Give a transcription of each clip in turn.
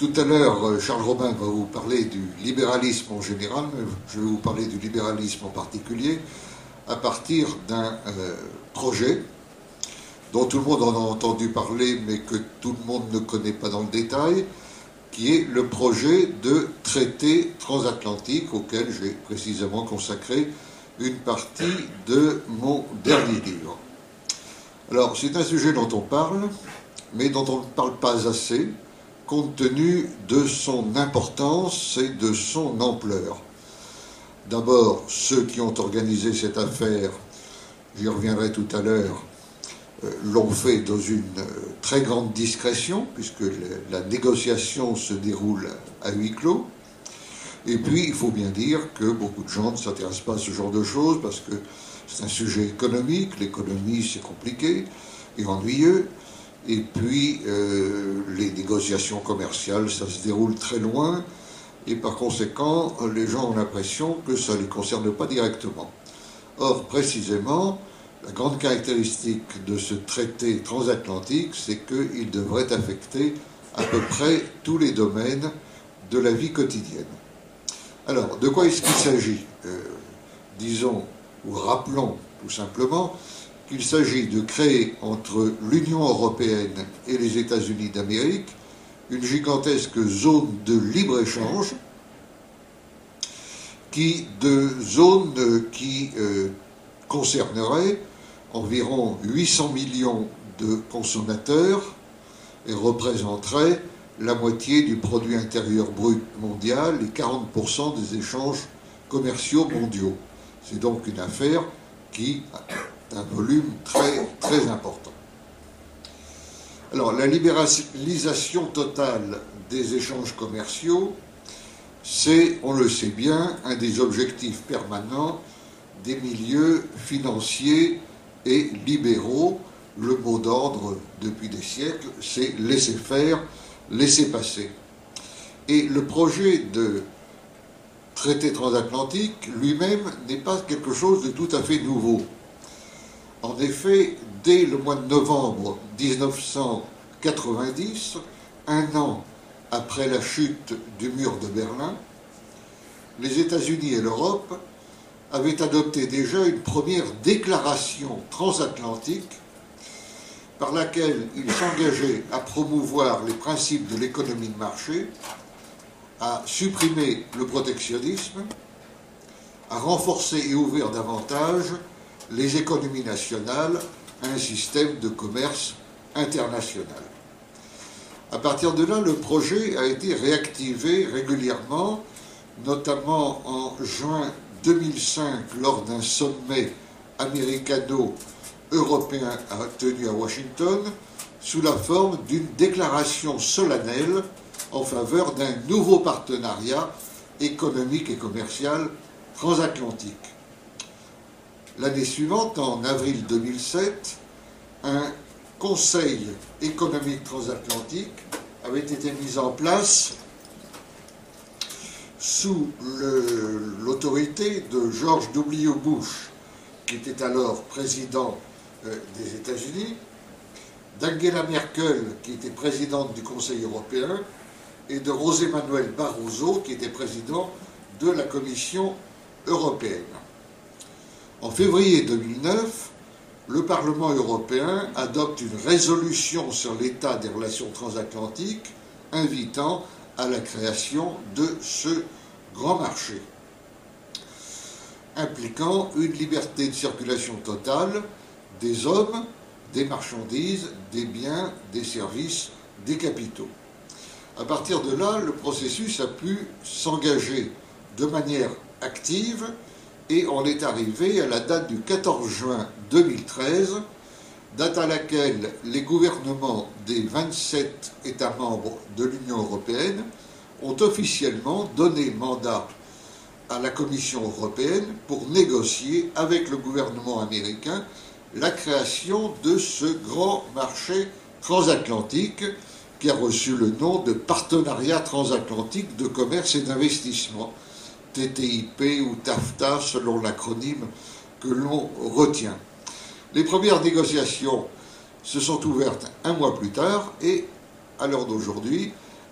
Tout à l'heure, Charles Robin va vous parler du libéralisme en général, mais je vais vous parler du libéralisme en particulier, à partir d'un projet dont tout le monde en a entendu parler, mais que tout le monde ne connaît pas dans le détail, qui est le projet de traité transatlantique auquel j'ai précisément consacré une partie de mon dernier livre. Alors, c'est un sujet dont on parle, mais dont on ne parle pas assez, compte tenu de son importance et de son ampleur. D'abord, ceux qui ont organisé cette affaire, j'y reviendrai tout à l'heure, l'ont fait dans une très grande discrétion, puisque la négociation se déroule à huis clos. Et puis, il faut bien dire que beaucoup de gens ne s'intéressent pas à ce genre de choses, parce que c'est un sujet économique, l'économie c'est compliqué et ennuyeux, et puis les négociations commerciales, ça se déroule très loin, et par conséquent, les gens ont l'impression que ça ne les concerne pas directement. Or, précisément, la grande caractéristique de ce traité transatlantique, c'est qu'il devrait affecter à peu près tous les domaines de la vie quotidienne. Alors, de quoi est-ce qu'il s'agit? Disons, ou rappelons tout simplement, qu'il s'agit de créer entre l'Union européenne et les États-Unis d'Amérique une gigantesque zone de libre-échange qui concernerait environ 800 millions de consommateurs et représenterait la moitié du produit intérieur brut mondial et 40% des échanges commerciaux mondiaux. C'est donc une affaire qui a un volume très, très important. Alors, la libéralisation totale des échanges commerciaux, c'est, on le sait bien, un des objectifs permanents des milieux financiers et libéraux. Le mot d'ordre depuis des siècles, c'est laisser faire, laisser passer. Et le projet de traité transatlantique lui-même n'est pas quelque chose de tout à fait nouveau. En effet, dès le mois de novembre 1990, un an après la chute du mur de Berlin, les États-Unis et l'Europe avaient adopté déjà une première déclaration transatlantique par laquelle ils s'engageaient à promouvoir les principes de l'économie de marché, à supprimer le protectionnisme, à renforcer et ouvrir davantage les économies nationales à un système de commerce international. À partir de là, le projet a été réactivé régulièrement, notamment en juin 2005 lors d'un sommet américano-européen tenu à Washington, sous la forme d'une déclaration solennelle en faveur d'un nouveau partenariat économique et commercial transatlantique. L'année suivante, en avril 2007, un conseil économique transatlantique avait été mis en place sous l'autorité de George W. Bush, qui était alors président des États-Unis, d'Angela Merkel, qui était présidente du Conseil européen, et de José Manuel Barroso, qui était président de la Commission européenne. En février 2009, le Parlement européen adopte une résolution sur l'état des relations transatlantiques, invitant à la création de ce grand marché, impliquant une liberté de circulation totale des hommes, des marchandises, des biens, des services, des capitaux. À partir de là, le processus a pu s'engager de manière active et on est arrivé à la date du 14 juin 2013, date à laquelle les gouvernements des 27 États membres de l'Union européenne ont officiellement donné mandat à la Commission européenne pour négocier avec le gouvernement américain la création de ce grand marché transatlantique qui a reçu le nom de Partenariat transatlantique de commerce et d'investissement, TTIP ou TAFTA selon l'acronyme que l'on retient. Les premières négociations se sont ouvertes un mois plus tard et, à l'heure d'aujourd'hui,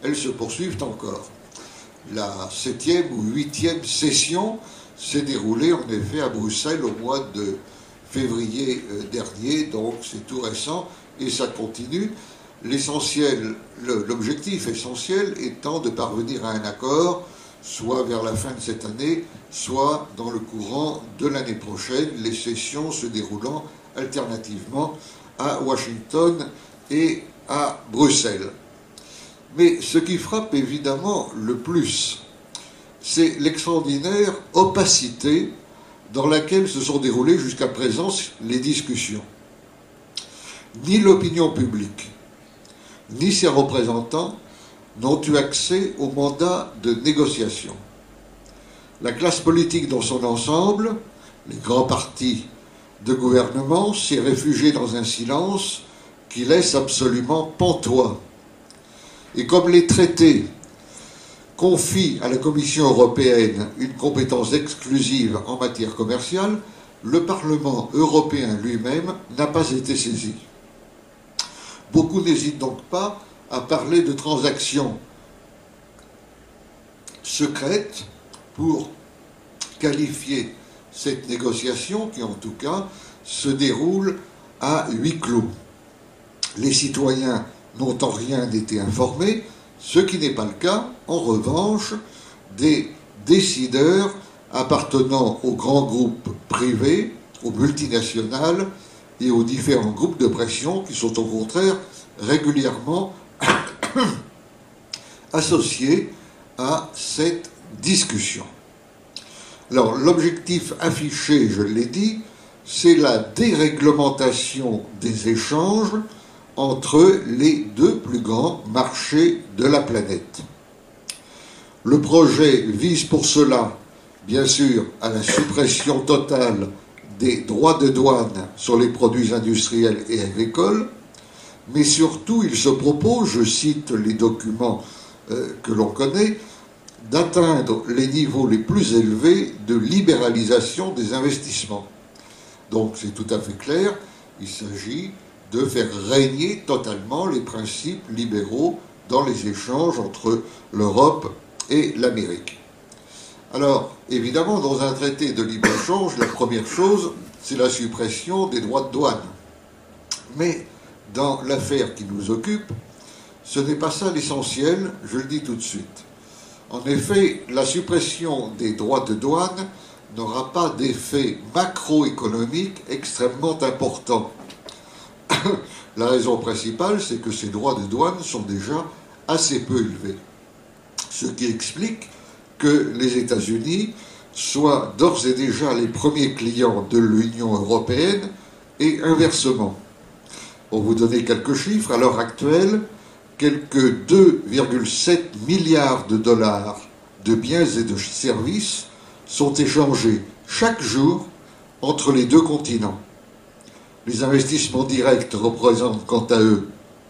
elles se poursuivent encore. La 7e ou 8e session s'est déroulée en effet à Bruxelles au mois de février dernier, donc c'est tout récent, et ça continue. L'essentiel, l'objectif essentiel étant de parvenir à un accord, soit vers la fin de cette année, soit dans le courant de l'année prochaine, les sessions se déroulant alternativement à Washington et à Bruxelles. Mais ce qui frappe évidemment le plus, c'est l'extraordinaire opacité dans laquelle se sont déroulées jusqu'à présent les discussions. Ni l'opinion publique, ni ses représentants n'ont eu accès au mandat de négociation. La classe politique dans son ensemble, les grands partis de gouvernement, s'est réfugiée dans un silence qui laisse absolument pantois. Et comme les traités confient à la Commission européenne une compétence exclusive en matière commerciale, le Parlement européen lui-même n'a pas été saisi. Beaucoup n'hésitent donc pas à parler de transactions secrètes pour qualifier cette négociation qui, en tout cas, se déroule à huis clos. Les citoyens n'ont en rien été informés, ce qui n'est pas le cas, en revanche, des décideurs appartenant aux grands groupes privés, aux multinationales et aux différents groupes de pression qui sont au contraire régulièrement associés à cette discussion. Alors, l'objectif affiché, je l'ai dit, c'est la déréglementation des échanges entre les deux plus grands marchés de la planète. Le projet vise pour cela, bien sûr, à la suppression totale des droits de douane sur les produits industriels et agricoles, mais surtout, il se propose, je cite les documents que l'on connaît, d'atteindre les niveaux les plus élevés de libéralisation des investissements. Donc c'est tout à fait clair, il s'agit de faire régner totalement les principes libéraux dans les échanges entre l'Europe et l'Amérique. Alors, évidemment, dans un traité de libre-échange, la première chose, c'est la suppression des droits de douane. Mais dans l'affaire qui nous occupe, ce n'est pas ça l'essentiel, je le dis tout de suite. En effet, la suppression des droits de douane n'aura pas d'effet macroéconomique extrêmement important. La raison principale, c'est que ces droits de douane sont déjà assez peu élevés. Ce qui explique que les États-Unis soient d'ores et déjà les premiers clients de l'Union européenne et inversement. Pour vous donner quelques chiffres, à l'heure actuelle, quelques 2,7 milliards de dollars de biens et de services sont échangés chaque jour entre les deux continents. Les investissements directs représentent quant à eux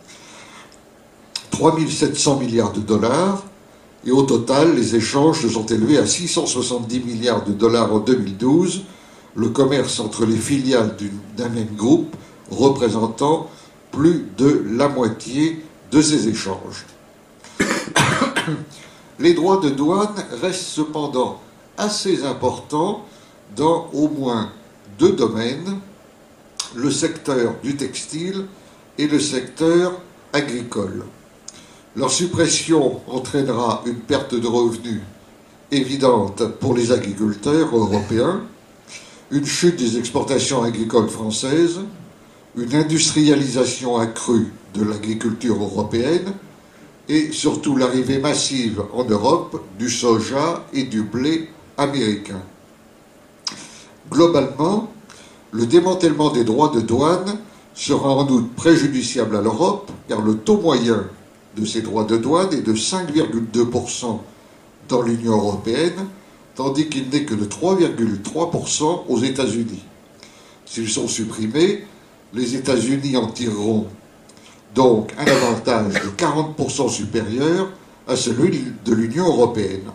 3 700 milliards de dollars et au total, les échanges se sont élevés à 670 milliards de dollars en 2012, le commerce entre les filiales d'un même groupe représentant plus de la moitié de ces échanges. Les droits de douane restent cependant assez importants dans au moins deux domaines, le secteur du textile et le secteur agricole. Leur suppression entraînera une perte de revenus évidente pour les agriculteurs européens, une chute des exportations agricoles françaises, une industrialisation accrue de l'agriculture européenne et surtout l'arrivée massive en Europe du soja et du blé américain. Globalement, le démantèlement des droits de douane sera en outre préjudiciable à l'Europe car le taux moyen de ces droits de douane est de 5,2% dans l'Union européenne, tandis qu'il n'est que de 3,3% aux États-Unis. S'ils sont supprimés, les États-Unis en tireront donc un avantage de 40% supérieur à celui de l'Union européenne.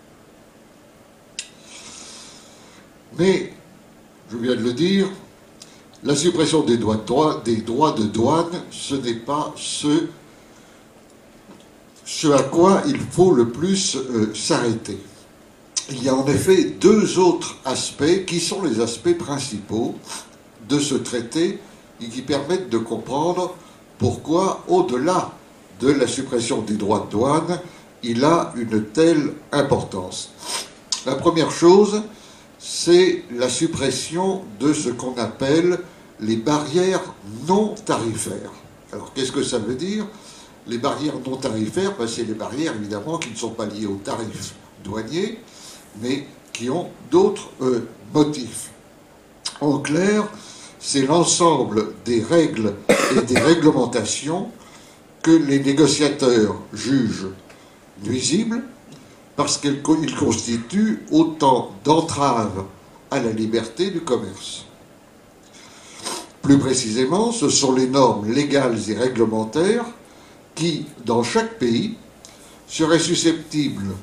Mais, je viens de le dire, la suppression des droits de douane, ce n'est pas ce ce à quoi il faut le plus s'arrêter. Il y a en effet deux autres aspects qui sont les aspects principaux de ce traité et qui permettent de comprendre pourquoi, au-delà de la suppression des droits de douane, il a une telle importance. La première chose, c'est la suppression de ce qu'on appelle les barrières non tarifaires. Alors, qu'est-ce que ça veut dire? Les barrières non tarifaires, ben, c'est les barrières, évidemment, qui ne sont pas liées aux tarifs douaniers, mais qui ont d'autres motifs. En clair, c'est l'ensemble des règles et des réglementations que les négociateurs jugent nuisibles parce qu'ils constituent autant d'entraves à la liberté du commerce. Plus précisément, ce sont les normes légales et réglementaires qui, dans chaque pays, seraient susceptibles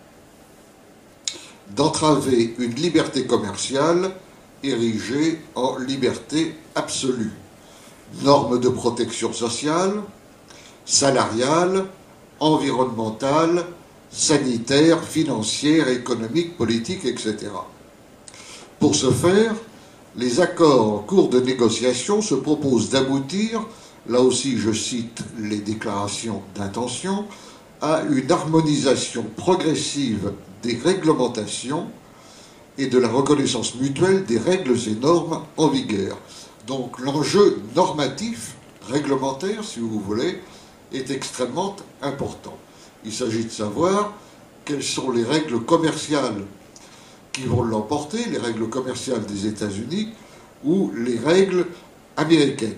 d'entraver une liberté commerciale érigée en liberté absolue. Normes de protection sociale, salariale, environnementale, sanitaire, financière, économique, politique, etc. Pour ce faire, les accords en cours de négociation se proposent d'aboutir, là aussi je cite les déclarations d'intention, à une harmonisation progressive des réglementations et de la reconnaissance mutuelle des règles et normes en vigueur. Donc l'enjeu normatif, réglementaire si vous voulez, est extrêmement important. Il s'agit de savoir quelles sont les règles commerciales qui vont l'emporter, les règles commerciales des États-Unis ou les règles américaines.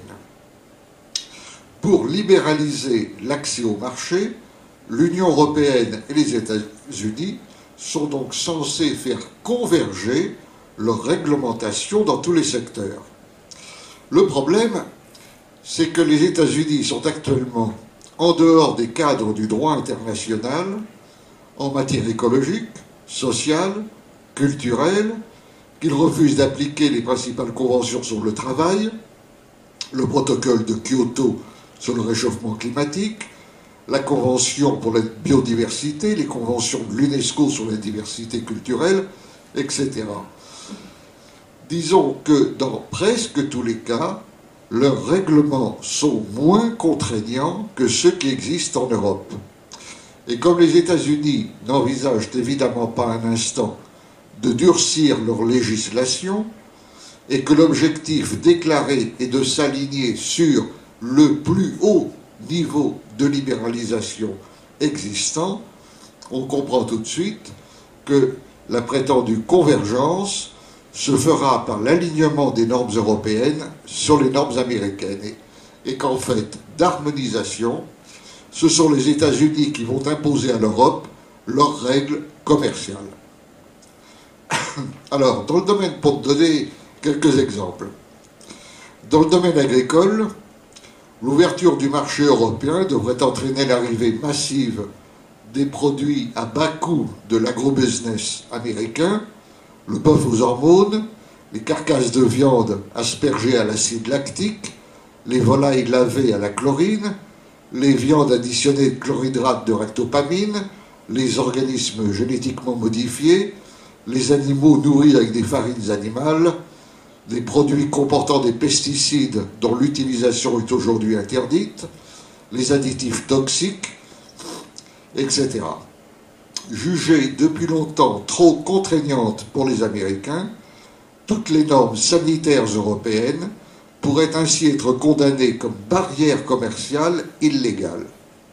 Pour libéraliser l'accès au marché, l'Union européenne et les États-Unis sont donc censés faire converger leur réglementation dans tous les secteurs. Le problème, c'est que les États-Unis sont actuellement en dehors des cadres du droit international en matière écologique, sociale, culturelle, qu'ils refusent d'appliquer les principales conventions sur le travail, le protocole de Kyoto sur le réchauffement climatique, la Convention pour la biodiversité, les conventions de l'UNESCO sur la diversité culturelle, etc. Disons que dans presque tous les cas, leurs règlements sont moins contraignants que ceux qui existent en Europe. Et comme les États-Unis n'envisagent évidemment pas un instant de durcir leur législation, et que l'objectif déclaré est de s'aligner sur le plus haut niveau de libéralisation existant, on comprend tout de suite que la prétendue convergence se fera par l'alignement des normes européennes sur les normes américaines. Et qu'en fait, d'harmonisation, ce sont les États-Unis qui vont imposer à l'Europe leurs règles commerciales. Alors, dans le domaine, pour donner quelques exemples, dans le domaine agricole, l'ouverture du marché européen devrait entraîner l'arrivée massive des produits à bas coût de l'agrobusiness américain, le bœuf aux hormones, les carcasses de viande aspergées à l'acide lactique, les volailles lavées à la chlorine, les viandes additionnées de chlorhydrate de ractopamine, les organismes génétiquement modifiés, les animaux nourris avec des farines animales, des produits comportant des pesticides dont l'utilisation est aujourd'hui interdite, les additifs toxiques, etc. Jugées depuis longtemps trop contraignantes pour les Américains, toutes les normes sanitaires européennes pourraient ainsi être condamnées comme barrières commerciales illégales.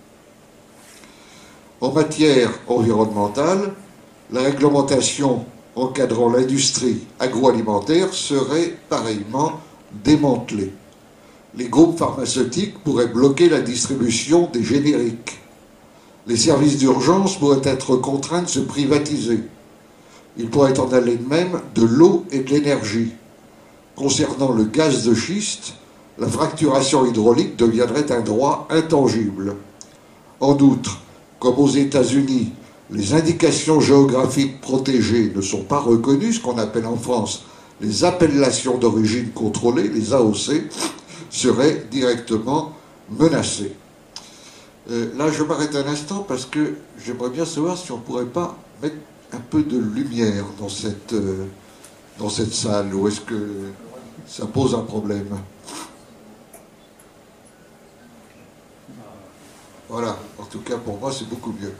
En matière environnementale, la réglementation encadrant l'industrie agroalimentaire serait pareillement démantelée. Les groupes pharmaceutiques pourraient bloquer la distribution des génériques. Les services d'urgence pourraient être contraints de se privatiser. Il pourrait en aller de même de l'eau et de l'énergie. Concernant le gaz de schiste, la fracturation hydraulique deviendrait un droit intangible. En outre, comme aux États-Unis, les indications géographiques protégées ne sont pas reconnues, ce qu'on appelle en France les appellations d'origine contrôlée, les AOC, seraient directement menacées. Là, je m'arrête un instant parce que j'aimerais bien savoir si on ne pourrait pas mettre un peu de lumière dans cette salle, ou est-ce que ça pose un problème? Voilà, en tout cas pour moi c'est beaucoup mieux.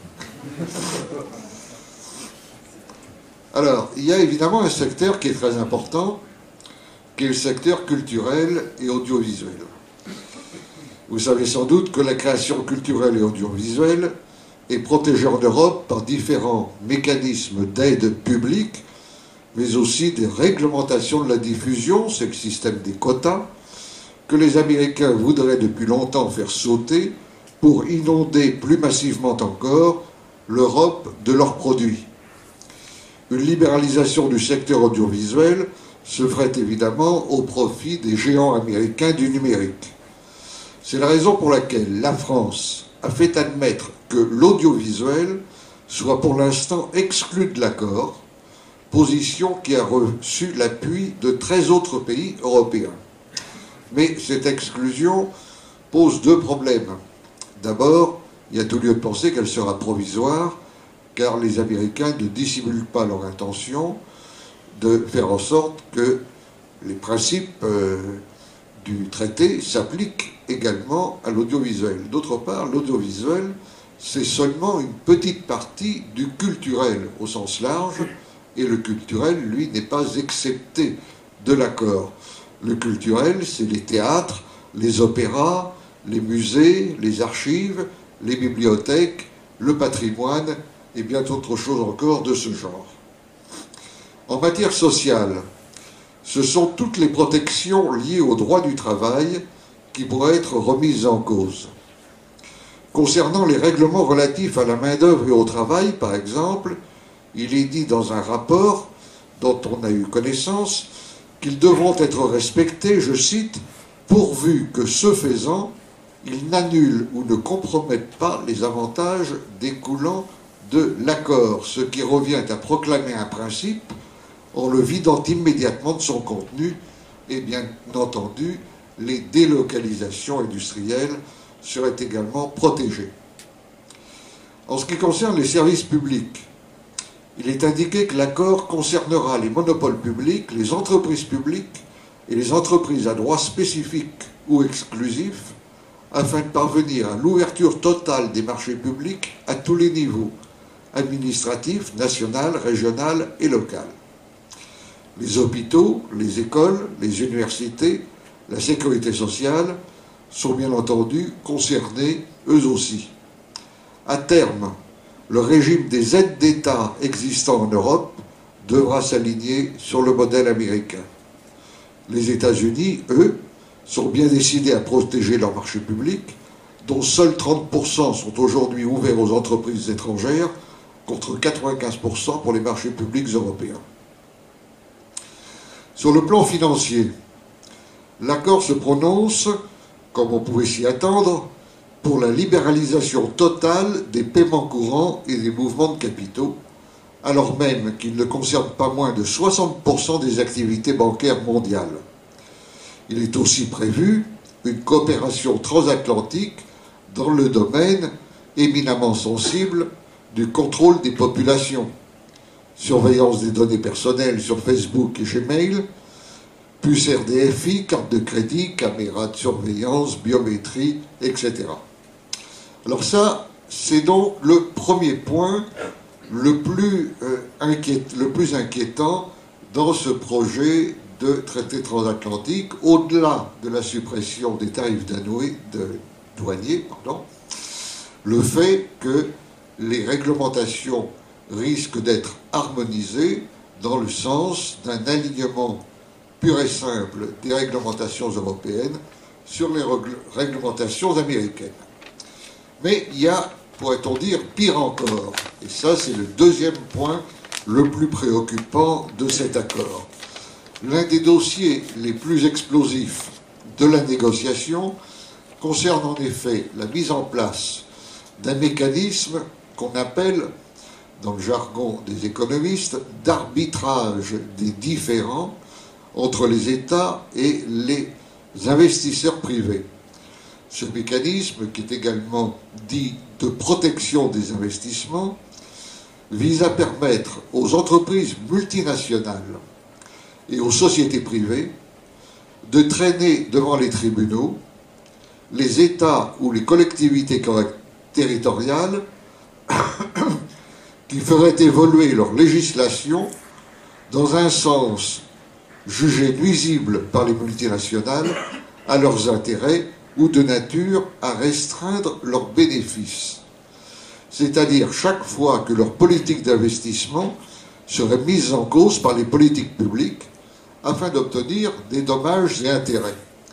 Alors, il y a évidemment un secteur qui est très important, qui est le secteur culturel et audiovisuel. Vous savez sans doute que la création culturelle et audiovisuelle est protégée en Europe par différents mécanismes d'aide publique, mais aussi des réglementations de la diffusion, c'est le système des quotas, que les Américains voudraient depuis longtemps faire sauter pour inonder plus massivement encore l'Europe de leurs produits. Une libéralisation du secteur audiovisuel se ferait évidemment au profit des géants américains du numérique. C'est la raison pour laquelle la France a fait admettre que l'audiovisuel soit pour l'instant exclu de l'accord, position qui a reçu l'appui de 13 autres pays européens. Mais cette exclusion pose deux problèmes. D'abord, il y a tout lieu de penser qu'elle sera provisoire, car les Américains ne dissimulent pas leur intention de faire en sorte que les principes du traité s'appliquent également à l'audiovisuel. D'autre part, l'audiovisuel, c'est seulement une petite partie du culturel au sens large, et le culturel, lui, n'est pas excepté de l'accord. Le culturel, c'est les théâtres, les opéras, les musées, les archives, les bibliothèques, le patrimoine et bien d'autres choses encore de ce genre. En matière sociale, ce sont toutes les protections liées au droit du travail qui pourraient être remises en cause. Concernant les règlements relatifs à la main-d'œuvre et au travail, par exemple, il est dit dans un rapport dont on a eu connaissance qu'ils devront être respectés, je cite, pourvu que, ce faisant, ils n'annulent ou ne compromettent pas les avantages découlant de l'accord, ce qui revient à proclamer un principe en le vidant immédiatement de son contenu, et bien entendu, les délocalisations industrielles seraient également protégées. En ce qui concerne les services publics, il est indiqué que l'accord concernera les monopoles publics, les entreprises publiques et les entreprises à droit spécifique ou exclusif, afin de parvenir à l'ouverture totale des marchés publics à tous les niveaux, administratif, national, régional et local. Les hôpitaux, les écoles, les universités, la sécurité sociale sont bien entendu concernés eux aussi. À terme, le régime des aides d'État existant en Europe devra s'aligner sur le modèle américain. Les États-Unis, eux, sont bien décidés à protéger leur marché public, dont seuls 30% sont aujourd'hui ouverts aux entreprises étrangères, contre 95% pour les marchés publics européens. Sur le plan financier, l'accord se prononce, comme on pouvait s'y attendre, pour la libéralisation totale des paiements courants et des mouvements de capitaux, alors même qu'il ne concerne pas moins de 60% des activités bancaires mondiales. Il est aussi prévu une coopération transatlantique dans le domaine éminemment sensible du contrôle des populations, surveillance des données personnelles sur Facebook et Gmail, puces RDFI, carte de crédit, caméras de surveillance, biométrie, etc. Alors ça, c'est donc le premier point le plus inquiétant dans ce projet de traité transatlantique, au-delà de la suppression des tarifs douaniers, le fait que les réglementations risquent d'être harmonisées dans le sens d'un alignement pur et simple des réglementations européennes sur les réglementations américaines. Mais il y a, pourrait-on dire, pire encore. Et ça, c'est le deuxième point le plus préoccupant de cet accord. L'un des dossiers les plus explosifs de la négociation concerne en effet la mise en place d'un mécanisme qu'on appelle, dans le jargon des économistes, d'arbitrage des différends entre les États et les investisseurs privés. Ce mécanisme, qui est également dit de protection des investissements, vise à permettre aux entreprises multinationales et aux sociétés privées de traîner devant les tribunaux les États ou les collectivités territoriales qui feraient évoluer leur législation dans un sens jugé nuisible par les multinationales à leurs intérêts ou de nature à restreindre leurs bénéfices. C'est-à-dire chaque fois que leur politique d'investissement serait mise en cause par les politiques publiques afin d'obtenir des dommages et intérêts.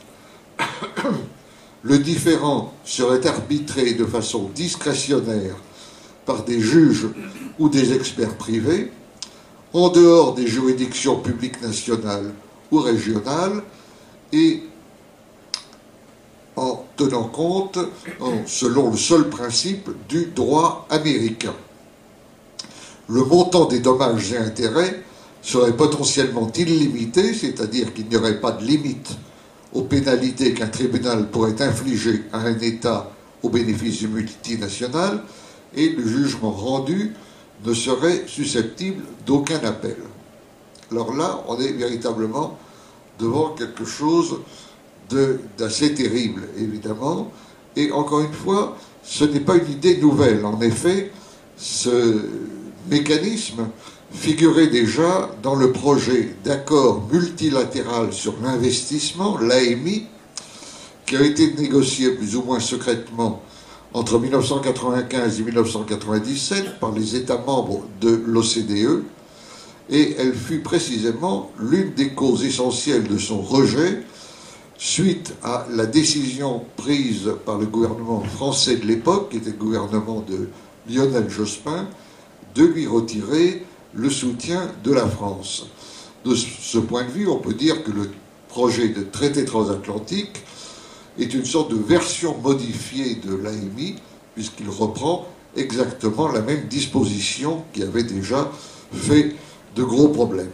Le différend serait arbitré de façon discrétionnaire par des juges ou des experts privés, en dehors des juridictions publiques nationales ou régionales, et en tenant compte, selon le seul principe du droit américain. Le montant des dommages et intérêts serait potentiellement illimité, c'est-à-dire qu'il n'y aurait pas de limite aux pénalités qu'un tribunal pourrait infliger à un État au bénéfice du multinational, et le jugement rendu ne serait susceptible d'aucun appel. Alors là, on est véritablement devant quelque chose d'assez terrible, évidemment, et encore une fois, ce n'est pas une idée nouvelle. En effet, ce mécanisme figurait déjà dans le projet d'accord multilatéral sur l'investissement, l'AMI, qui a été négocié plus ou moins secrètement entre 1995 et 1997 par les États membres de l'OCDE, et elle fut précisément l'une des causes essentielles de son rejet suite à la décision prise par le gouvernement français de l'époque, qui était le gouvernement de Lionel Jospin, de lui retirer le soutien de la France. De ce point de vue, on peut dire que le projet de traité transatlantique est une sorte de version modifiée de l'AMI, puisqu'il reprend exactement la même disposition qui avait déjà fait de gros problèmes.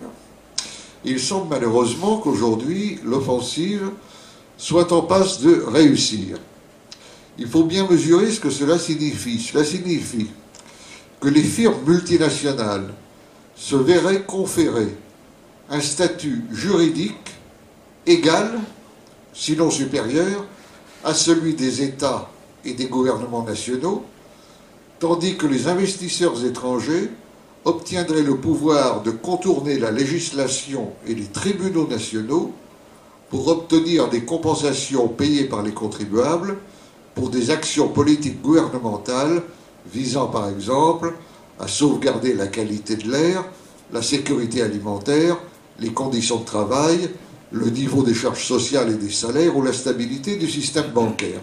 Il semble malheureusement qu'aujourd'hui, l'offensive soit en passe de réussir. Il faut bien mesurer ce que cela signifie. Cela signifie que les firmes multinationales se verraient conférer un statut juridique égal, sinon supérieur, à celui des États et des gouvernements nationaux, tandis que les investisseurs étrangers obtiendraient le pouvoir de contourner la législation et les tribunaux nationaux pour obtenir des compensations payées par les contribuables pour des actions politiques gouvernementales visant par exemple à sauvegarder la qualité de l'air, la sécurité alimentaire, les conditions de travail, le niveau des charges sociales et des salaires ou la stabilité du système bancaire.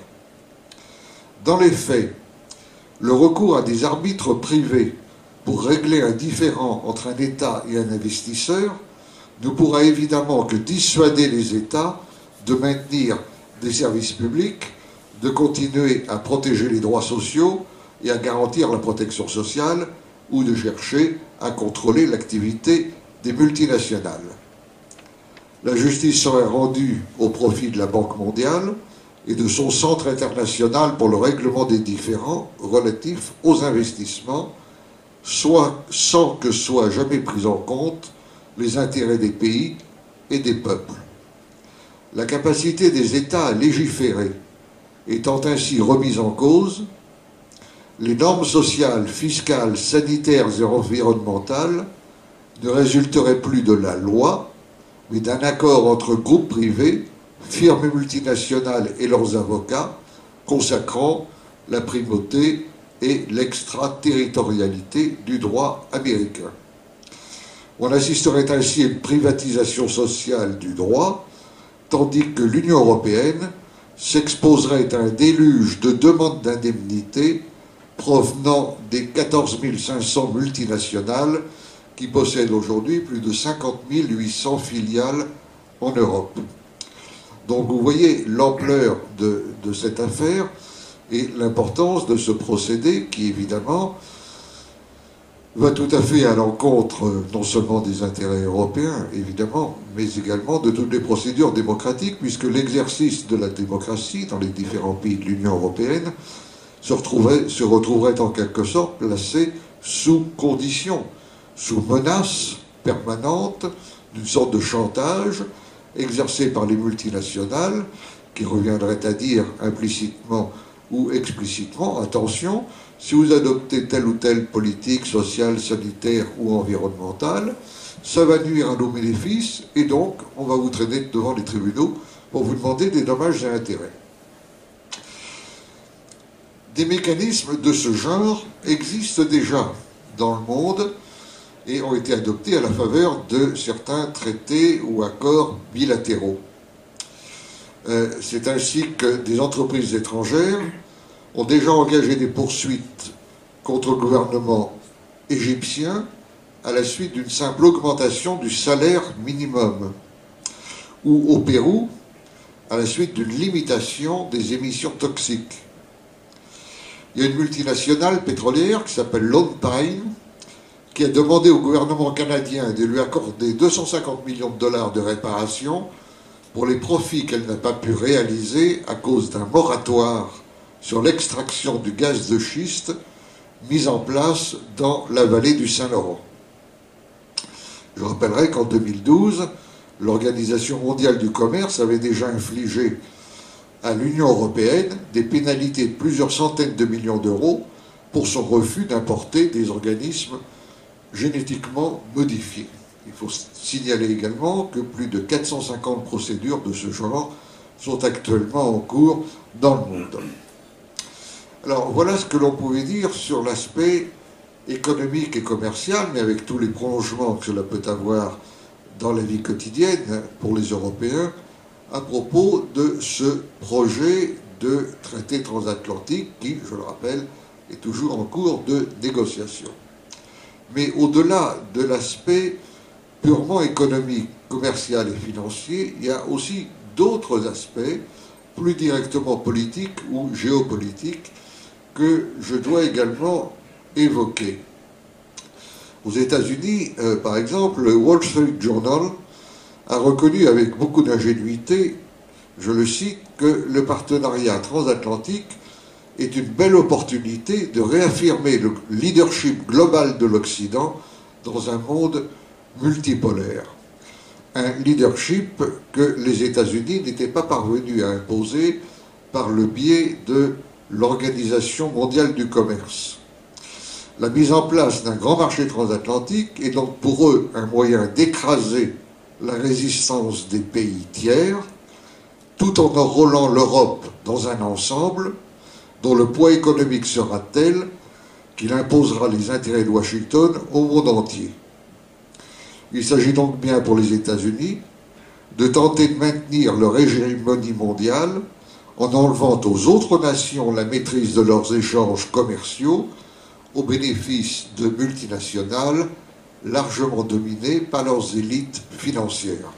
Dans les faits, le recours à des arbitres privés pour régler un différend entre un État et un investisseur ne pourra évidemment que dissuader les États de maintenir des services publics, de continuer à protéger les droits sociaux et à garantir la protection sociale, ou de chercher à contrôler l'activité des multinationales. La justice serait rendue au profit de la Banque mondiale et de son centre international pour le règlement des différends relatifs aux investissements, soit sans que soient jamais pris en compte les intérêts des pays et des peuples. La capacité des États à légiférer étant ainsi remise en cause, les normes sociales, fiscales, sanitaires et environnementales ne résulteraient plus de la loi, mais d'un accord entre groupes privés, firmes multinationales et leurs avocats, consacrant la primauté et l'extraterritorialité du droit américain. On assisterait ainsi à une privatisation sociale du droit, tandis que l'Union européenne s'exposerait à un déluge de demandes d'indemnité provenant des 14 500 multinationales qui possèdent aujourd'hui plus de 50 800 filiales en Europe. Donc vous voyez l'ampleur de cette affaire et l'importance de ce procédé qui évidemment va tout à fait à l'encontre non seulement des intérêts européens, évidemment, mais également de toutes les procédures démocratiques, puisque l'exercice de la démocratie dans les différents pays de l'Union européenne se retrouverait en quelque sorte placé sous condition, sous menace permanente d'une sorte de chantage exercé par les multinationales, qui reviendrait à dire implicitement ou explicitement, attention, si vous adoptez telle ou telle politique sociale, sanitaire ou environnementale, ça va nuire à nos bénéfices et donc on va vous traîner devant les tribunaux pour vous demander des dommages et intérêts. Des mécanismes de ce genre existent déjà dans le monde et ont été adoptés à la faveur de certains traités ou accords bilatéraux. C'est ainsi que des entreprises étrangères ont déjà engagé des poursuites contre le gouvernement égyptien à la suite d'une simple augmentation du salaire minimum, ou au Pérou à la suite d'une limitation des émissions toxiques. Il y a une multinationale pétrolière qui s'appelle Lone Pine qui a demandé au gouvernement canadien de lui accorder 250 millions de dollars de réparation pour les profits qu'elle n'a pas pu réaliser à cause d'un moratoire sur l'extraction du gaz de schiste mis en place dans la vallée du Saint-Laurent. Je rappellerai qu'en 2012, l'Organisation mondiale du commerce avait déjà infligé à l'Union européenne des pénalités de plusieurs centaines de millions d'euros pour son refus d'importer des organismes génétiquement modifiés. Il faut signaler également que plus de 450 procédures de ce genre sont actuellement en cours dans le monde. Alors voilà ce que l'on pouvait dire sur l'aspect économique et commercial, mais avec tous les prolongements que cela peut avoir dans la vie quotidienne pour les Européens, à propos de ce projet de traité transatlantique qui, je le rappelle, est toujours en cours de négociation. Mais au-delà de l'aspect purement économique, commercial et financier, il y a aussi d'autres aspects, plus directement politiques ou géopolitiques, que je dois également évoquer. Aux États-Unis, par exemple, le Wall Street Journal a reconnu avec beaucoup d'ingénuité, je le cite, que le partenariat transatlantique est une belle opportunité de réaffirmer le leadership global de l'Occident dans un monde multipolaire. Un leadership que les États-Unis n'étaient pas parvenus à imposer par le biais de l'Organisation mondiale du commerce. La mise en place d'un grand marché transatlantique est donc pour eux un moyen d'écraser la résistance des pays tiers, tout en enrôlant l'Europe dans un ensemble dont le poids économique sera tel qu'il imposera les intérêts de Washington au monde entier. Il s'agit donc bien pour les États-Unis de tenter de maintenir leur hégémonie mondiale en enlevant aux autres nations la maîtrise de leurs échanges commerciaux au bénéfice de multinationales largement dominées par leurs élites financières.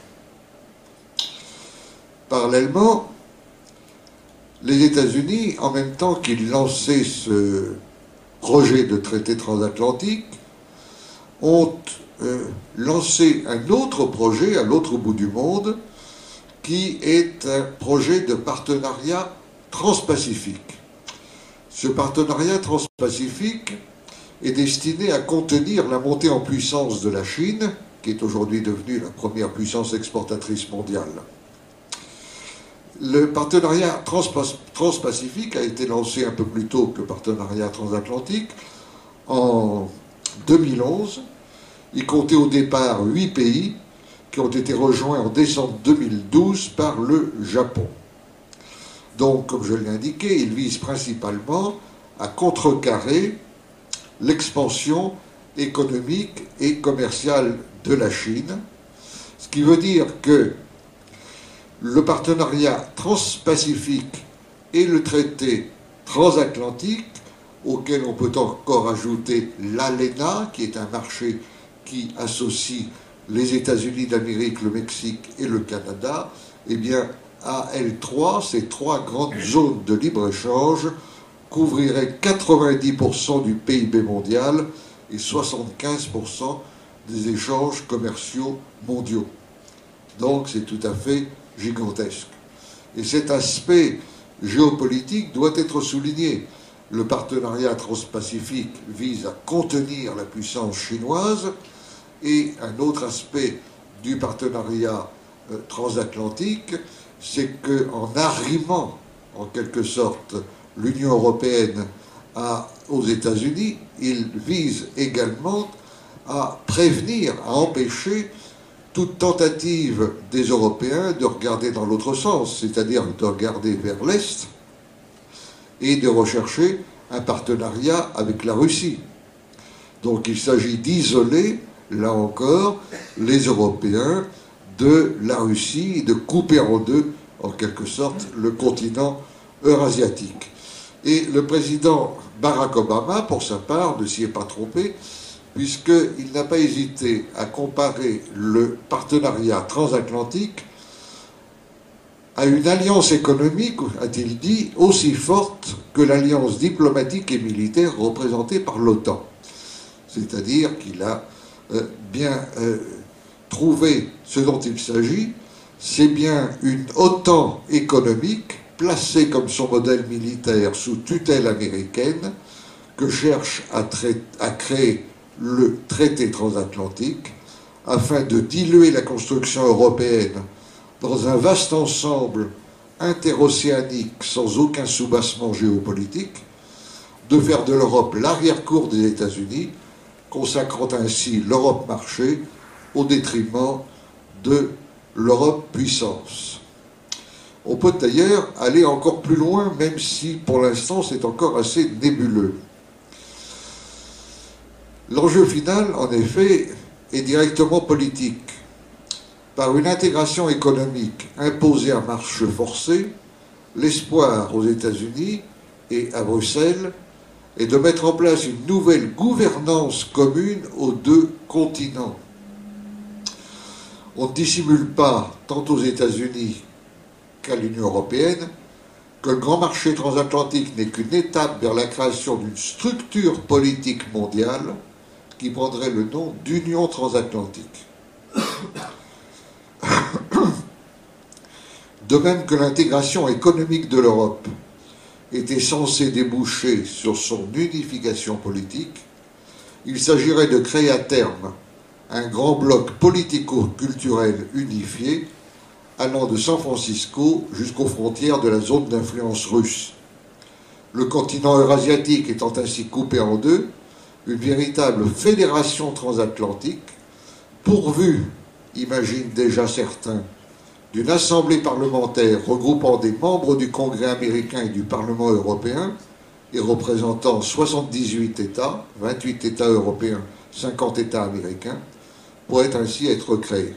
Parallèlement, les États-Unis, en même temps qu'ils lançaient ce projet de traité transatlantique, ont lancé un autre projet à l'autre bout du monde, qui est un projet de partenariat transpacifique. Ce partenariat transpacifique est destiné à contenir la montée en puissance de la Chine, qui est aujourd'hui devenue la première puissance exportatrice mondiale. Le partenariat transpacifique a été lancé un peu plus tôt que le partenariat transatlantique, en 2011. Il comptait au départ 8 pays qui ont été rejoints en décembre 2012 par le Japon. Donc, comme je l'ai indiqué, il vise principalement à contrecarrer l'expansion économique et commerciale de la Chine, ce qui veut dire que le partenariat transpacifique et le traité transatlantique, auquel on peut encore ajouter l'ALENA, qui est un marché qui associe les États-Unis d'Amérique, le Mexique et le Canada, eh bien, AL3, ces trois grandes zones de libre-échange, couvriraient 90% du PIB mondial et 75% des échanges commerciaux mondiaux. Donc c'est tout à fait gigantesque. Et cet aspect géopolitique doit être souligné. Le partenariat transpacifique vise à contenir la puissance chinoise, et un autre aspect du partenariat transatlantique, c'est qu'en arrimant en quelque sorte l'Union européenne aux États-Unis, il vise également à prévenir, à empêcher toute tentative des Européens de regarder dans l'autre sens, c'est-à-dire de regarder vers l'Est et de rechercher un partenariat avec la Russie. Donc il s'agit d'isoler, là encore, les Européens de la Russie et de couper en deux, en quelque sorte, le continent eurasiatique. Et le président Barack Obama, pour sa part, ne s'y est pas trompé, puisqu'il n'a pas hésité à comparer le partenariat transatlantique à une alliance économique, a-t-il dit, aussi forte que l'alliance diplomatique et militaire représentée par l'OTAN. C'est-à-dire qu'il a bien trouvé ce dont il s'agit, c'est bien une OTAN économique placée comme son modèle militaire sous tutelle américaine que cherche à créer le traité transatlantique afin de diluer la construction européenne dans un vaste ensemble interocéanique sans aucun soubassement géopolitique, de faire de l'Europe l'arrière-cour des États-Unis, consacrant ainsi l'Europe marché au détriment de l'Europe puissance. On peut d'ailleurs aller encore plus loin, même si pour l'instant c'est encore assez nébuleux. L'enjeu final, en effet, est directement politique. Par une intégration économique imposée à marche forcée, l'espoir aux États-Unis et à Bruxelles est de mettre en place une nouvelle gouvernance commune aux deux continents. On ne dissimule pas, tant aux États-Unis qu'à l'Union européenne, que le grand marché transatlantique n'est qu'une étape vers la création d'une structure politique mondiale qui prendrait le nom d'Union transatlantique. De même que l'intégration économique de l'Europe était censée déboucher sur son unification politique, il s'agirait de créer à terme un grand bloc politico-culturel unifié allant de San Francisco jusqu'aux frontières de la zone d'influence russe. Le continent eurasiatique étant ainsi coupé en deux, une véritable fédération transatlantique, pourvue, imaginent déjà certains, d'une assemblée parlementaire regroupant des membres du Congrès américain et du Parlement européen et représentant 78 États, 28 États européens, 50 États américains, pourrait ainsi être créée.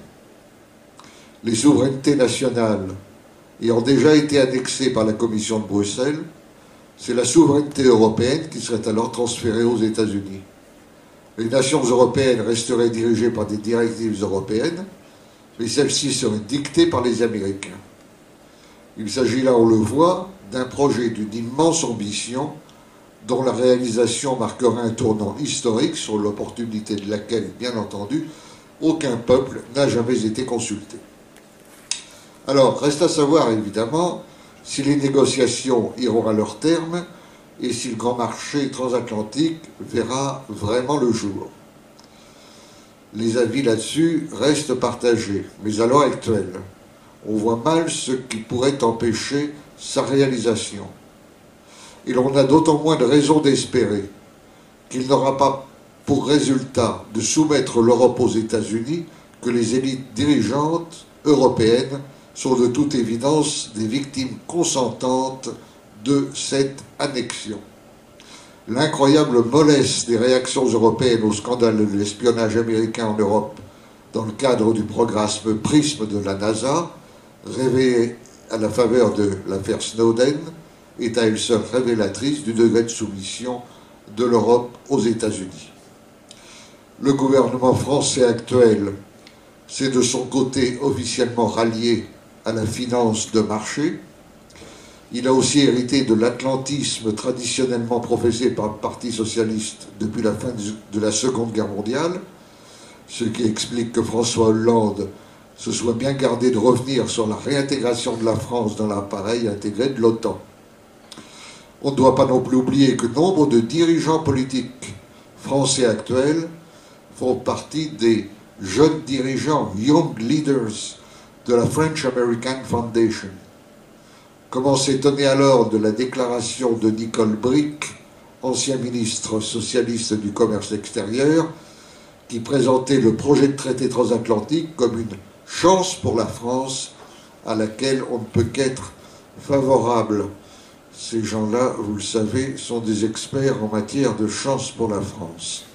Les souverainetés nationales ayant déjà été annexées par la Commission de Bruxelles, c'est la souveraineté européenne qui serait alors transférée aux États-Unis. Les nations européennes resteraient dirigées par des directives européennes, mais celles-ci seraient dictées par les Américains. Il s'agit là, on le voit, d'un projet d'une immense ambition dont la réalisation marquera un tournant historique sur l'opportunité de laquelle, bien entendu, aucun peuple n'a jamais été consulté. Alors, reste à savoir, évidemment, si les négociations iront à leur terme et si le grand marché transatlantique verra vraiment le jour. Les avis là-dessus restent partagés, mais à l'heure actuelle, on voit mal ce qui pourrait empêcher sa réalisation. Et l'on a d'autant moins de raisons d'espérer qu'il n'aura pas pour résultat de soumettre l'Europe aux États-Unis que les élites dirigeantes européennes sont de toute évidence des victimes consentantes de cette annexion. L'incroyable mollesse des réactions européennes au scandale de l'espionnage américain en Europe dans le cadre du programme PRISM de la NASA, révélé à la faveur de l'affaire Snowden, est à elle seule révélatrice du degré de soumission de l'Europe aux États-Unis. Le gouvernement français actuel s'est de son côté officiellement rallié à la finance de marché. Il a aussi hérité de l'atlantisme traditionnellement professé par le Parti socialiste depuis la fin de la Seconde Guerre mondiale, ce qui explique que François Hollande se soit bien gardé de revenir sur la réintégration de la France dans l'appareil intégré de l'OTAN. On ne doit pas non plus oublier que nombre de dirigeants politiques français actuels font partie des jeunes dirigeants, young leaders, de la French American Foundation. Comment s'étonner alors de la déclaration de Nicole Bricq, ancien ministre socialiste du commerce extérieur, qui présentait le projet de traité transatlantique comme une chance pour la France à laquelle on ne peut qu'être favorable. Ces gens-là, vous le savez, sont des experts en matière de chance pour la France.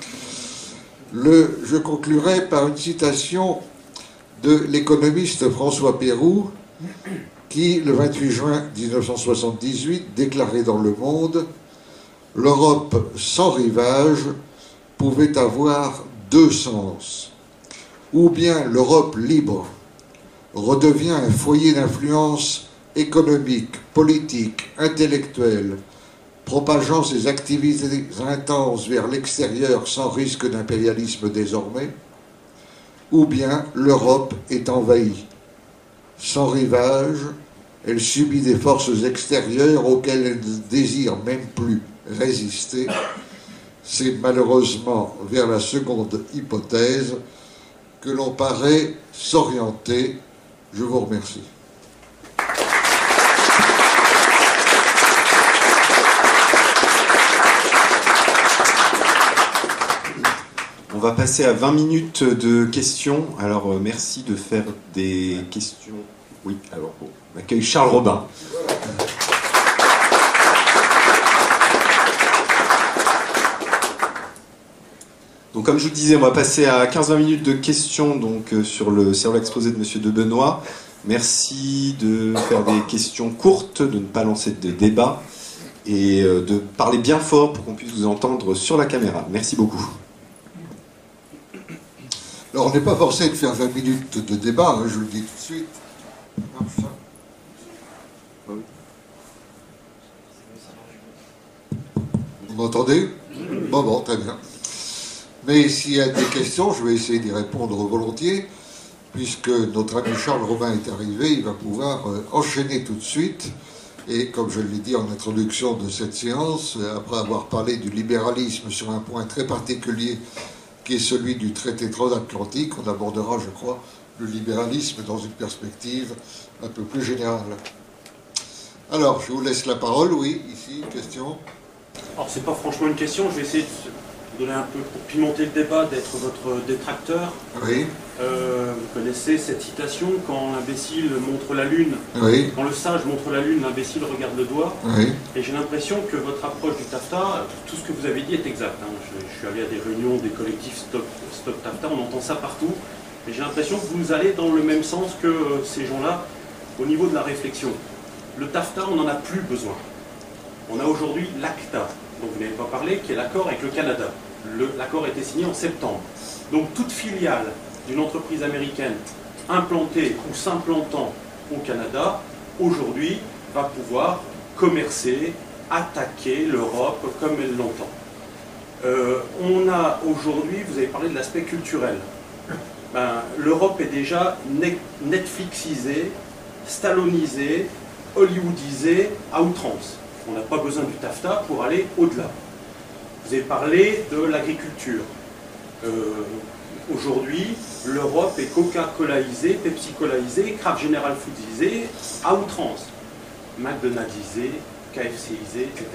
Je conclurai par une citation de l'économiste François Pérou, qui, le 28 juin 1978, déclarait dans Le Monde « L'Europe sans rivage pouvait avoir deux sens. Ou bien l'Europe libre redevient un foyer d'influence économique, politique, intellectuelle, propageant ses activités intenses vers l'extérieur sans risque d'impérialisme désormais, ou bien l'Europe est envahie. Sans rivage, elle subit des forces extérieures auxquelles elle ne désire même plus résister. C'est malheureusement vers la seconde hypothèse que l'on paraît s'orienter. Je vous remercie. On va passer à 20 minutes de questions. Alors, merci de faire des questions. Oui, alors, bon, on accueille Charles Robin. Donc, comme je vous le disais, on va passer à 15-20 minutes de questions donc, sur l'exposé de M. de Benoît. Merci de faire des questions courtes, de ne pas lancer de débat et de parler bien fort pour qu'on puisse vous entendre sur la caméra. Merci beaucoup. Alors, on n'est pas forcé de faire 20 minutes de débat, hein, je le dis tout de suite. Vous m'entendez? Bon, très bien. Mais s'il y a des questions, je vais essayer d'y répondre volontiers, puisque notre ami Charles Robin est arrivé, il va pouvoir enchaîner tout de suite. Et comme je l'ai dit en introduction de cette séance, après avoir parlé du libéralisme sur un point très particulier, qui est celui du traité transatlantique, on abordera, je crois, le libéralisme dans une perspective un peu plus générale. Alors, je vous laisse la parole. Oui, ici, une question. Alors, c'est pas franchement une question, je vais essayer de vous donner un peu, pour pimenter le débat, d'être votre détracteur. Oui. Vous connaissez cette citation, quand l'imbécile montre la lune, oui. Quand le sage montre la lune, l'imbécile regarde le doigt. Oui. Et j'ai l'impression que votre approche du TAFTA, tout ce que vous avez dit est exact. Hein. Je suis allé à des réunions des collectifs Stop TAFTA, on entend ça partout. Et j'ai l'impression que vous allez dans le même sens que ces gens-là au niveau de la réflexion. Le TAFTA, on n'en a plus besoin. On a aujourd'hui l'ACTA, dont vous n'avez pas parlé, qui est l'accord avec le Canada. L'accord a été signé en septembre. Donc toute filiale d'une entreprise américaine implantée ou s'implantant au Canada, aujourd'hui, va pouvoir commercer, attaquer l'Europe comme elle l'entend. On a aujourd'hui, vous avez parlé de l'aspect culturel. L'Europe est déjà Netflixisée, stallonisée, hollywoodisée à outrance. On n'a pas besoin du TAFTA pour aller au-delà. Vous avez parlé de l'agriculture. Aujourd'hui, l'Europe est Coca-Colaisée, Pepsi-Colaisée, Kraft General Foodisée à outrance. McDonald'isée, KFCisée, etc.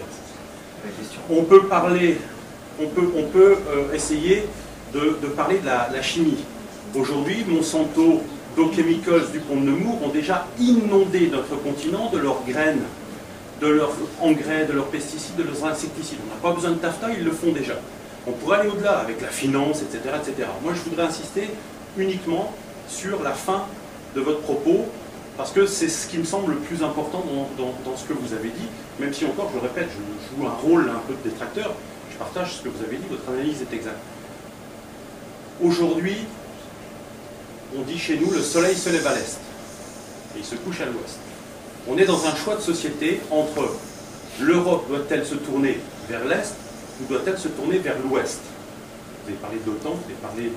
On peut parler, on peut essayer de parler de la chimie. Aujourd'hui, Monsanto, Dow Chemicals, Dupont de Nemours ont déjà inondé notre continent de leurs graines, de leurs engrais, de leurs pesticides, de leurs insecticides. On n'a pas besoin de TAFTA, ils le font déjà. On pourrait aller au-delà avec la finance, etc., etc. Moi, je voudrais insister uniquement sur la fin de votre propos, parce que c'est ce qui me semble le plus important dans ce que vous avez dit, même si encore, je le répète, je joue un rôle un peu de détracteur, je partage ce que vous avez dit, votre analyse est exacte. Aujourd'hui, on dit chez nous, le soleil se lève à l'est, et il se couche à l'ouest. On est dans un choix de société entre l'Europe doit-elle se tourner vers l'Est ou doit-elle se tourner vers l'Ouest. Vous avez parlé de l'OTAN, vous avez parlé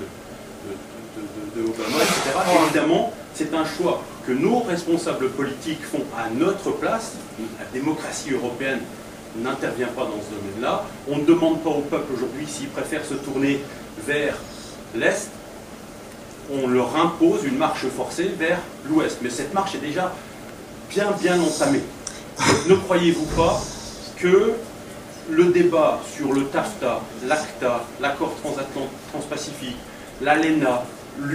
de Obama, etc. Évidemment, c'est un choix que nos responsables politiques font à notre place. La démocratie européenne n'intervient pas dans ce domaine-là. On ne demande pas au peuple aujourd'hui s'il préfère se tourner vers l'Est. On leur impose une marche forcée vers l'Ouest. Mais cette marche est déjà bien entamée. Ne croyez-vous pas que le débat sur le TAFTA, l'ACTA, l'accord transpacifique, l'ALENA,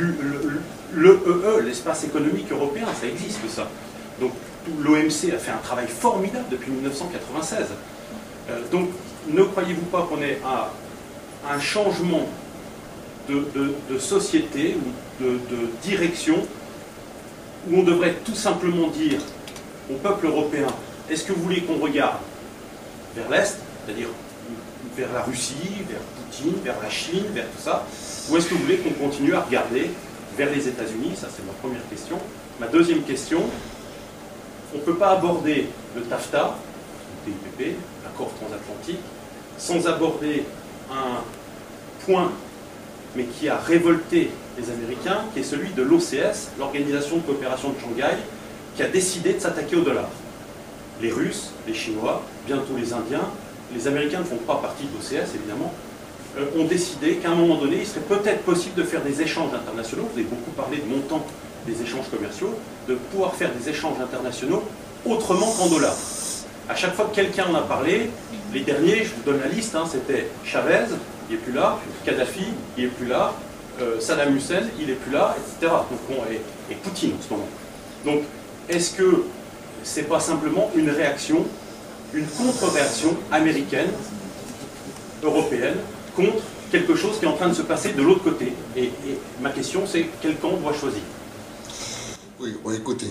l'EEE, l'espace économique européen, ça existe ça. Donc l'OMC a fait un travail formidable depuis 1996. Donc ne croyez-vous pas qu'on est à un changement de société ou de direction où on devrait tout simplement dire au peuple européen, est-ce que vous voulez qu'on regarde vers l'Est, c'est-à-dire vers la Russie, vers Poutine, vers la Chine, vers tout ça, ou est-ce que vous voulez qu'on continue à regarder vers les États-Unis? Ça, c'est ma première question. Ma deuxième question, on ne peut pas aborder le TAFTA, le TIPP, l'accord transatlantique, sans aborder un point, mais qui a révolté les Américains, qui est celui de l'OCS, l'Organisation de coopération de Shanghai, qui a décidé de s'attaquer au dollar. Les Russes, les Chinois, bientôt les Indiens, les Américains ne font pas partie de l'OCS évidemment, ont décidé qu'à un moment donné, il serait peut-être possible de faire des échanges internationaux. Vous avez beaucoup parlé de montant des échanges commerciaux, de pouvoir faire des échanges internationaux autrement qu'en dollars. À chaque fois que quelqu'un en a parlé, les derniers, je vous donne la liste, hein, c'était Chavez, il n'est plus là, Kadhafi, il n'est plus là, Saddam Hussein, il n'est plus là, etc. Donc, bon, et Poutine en ce moment. Donc, est-ce que c'est pas simplement une réaction, une contre-réaction américaine, européenne, contre quelque chose qui est en train de se passer de l'autre côté? Et ma question, c'est quel camp doit choisir? Oui, bon, écoutez,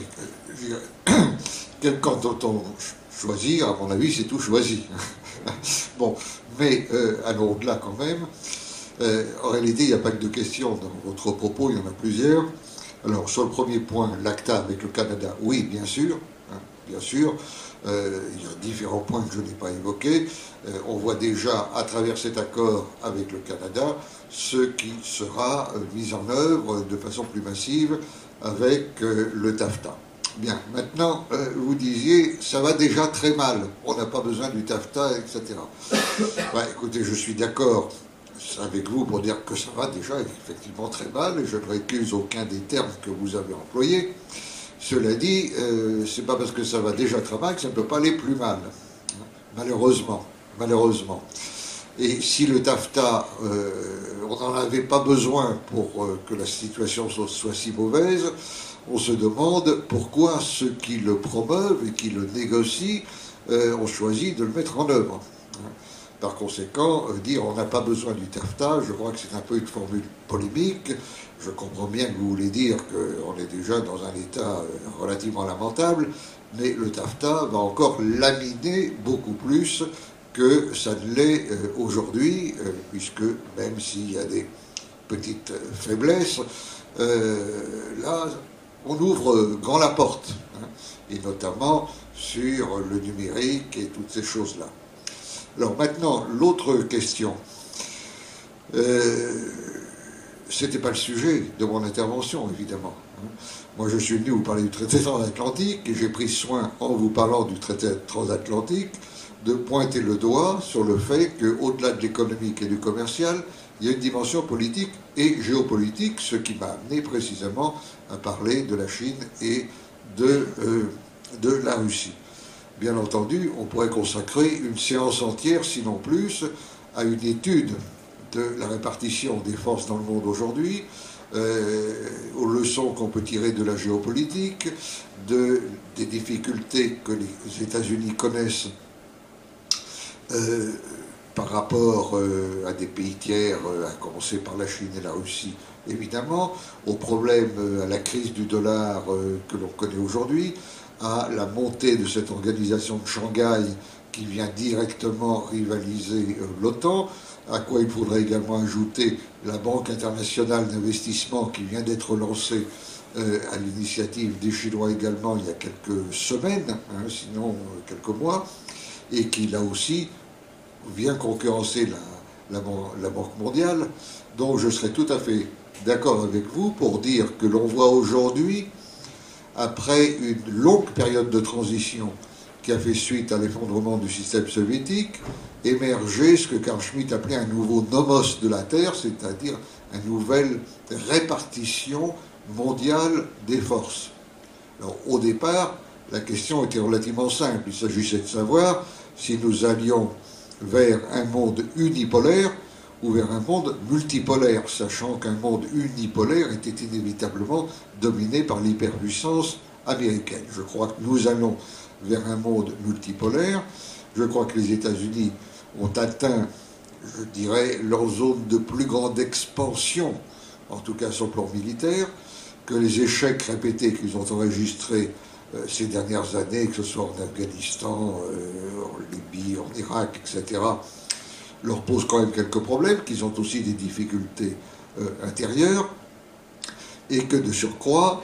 quel camp doit-on choisir? À mon avis, c'est tout choisi. Bon, mais allons au-delà quand même. En réalité, il n'y a pas que deux questions dans votre propos, il y en a plusieurs. Alors, sur le premier point, l'ACTA avec le Canada, oui, bien sûr. Hein, bien sûr. Il y a différents points que je n'ai pas évoqués. On voit déjà, à travers cet accord avec le Canada, ce qui sera mis en œuvre de façon plus massive avec le TAFTA. Bien, maintenant, vous disiez, ça va déjà très mal, on n'a pas besoin du TAFTA, etc. Ouais, écoutez, je suis d'accord avec vous pour dire que ça va déjà effectivement très mal, et je ne récuse aucun des termes que vous avez employés. Cela dit, c'est pas parce que ça va déjà très mal que ça ne peut pas aller plus mal, malheureusement. Malheureusement. Et si le TAFTA, on n'en avait pas besoin pour que la situation soit si mauvaise, on se demande pourquoi ceux qui le promeuvent et qui le négocient ont choisi de le mettre en œuvre. Par conséquent, dire on n'a pas besoin du TAFTA, je crois que c'est un peu une formule polémique. Je comprends bien que vous voulez dire qu'on est déjà dans un état relativement lamentable, mais le TAFTA va encore laminer beaucoup plus que ça ne l'est aujourd'hui, puisque même s'il y a des petites faiblesses, là, on ouvre grand la porte, hein, et notamment sur le numérique et toutes ces choses-là. Alors maintenant, l'autre question, c'était pas le sujet de mon intervention, évidemment. Moi, je suis venu vous parler du traité transatlantique, et j'ai pris soin, en vous parlant du traité transatlantique, de pointer le doigt sur le fait qu'au-delà de l'économique et du commercial, il y a une dimension politique et géopolitique, ce qui m'a amené précisément à parler de la Chine et de la Russie. Bien entendu, on pourrait consacrer une séance entière, sinon plus, à une étude de la répartition des forces dans le monde aujourd'hui, aux leçons qu'on peut tirer de la géopolitique, des difficultés que les États-Unis connaissent par rapport à des pays tiers, à commencer par la Chine et la Russie, évidemment, aux problèmes, à la crise du dollar que l'on connaît aujourd'hui, à la montée de cette organisation de Shanghai qui vient directement rivaliser l'OTAN, à quoi il faudrait également ajouter la Banque internationale d'investissement qui vient d'être lancée à l'initiative des Chinois également il y a quelques semaines, sinon quelques mois, et qui là aussi vient concurrencer la Banque mondiale. Donc je serais tout à fait d'accord avec vous pour dire que l'on voit aujourd'hui, après une longue période de transition qui a fait suite à l'effondrement du système soviétique, émerger ce que Carl Schmitt appelait un nouveau nomos de la Terre, c'est-à-dire une nouvelle répartition mondiale des forces. Alors, au départ, la question était relativement simple. Il s'agissait de savoir si nous allions vers un monde unipolaire ou vers un monde multipolaire, sachant qu'un monde unipolaire était inévitablement dominé par l'hyperpuissance américaine. Je crois que nous allons vers un monde multipolaire. Je crois que les États-Unis ont atteint, je dirais, leur zone de plus grande expansion, en tout cas sur le plan militaire, que les échecs répétés qu'ils ont enregistrés ces dernières années, que ce soit en Afghanistan, en Libye, en Irak, etc., leur posent quand même quelques problèmes, qu'ils ont aussi des difficultés intérieures, et que de surcroît,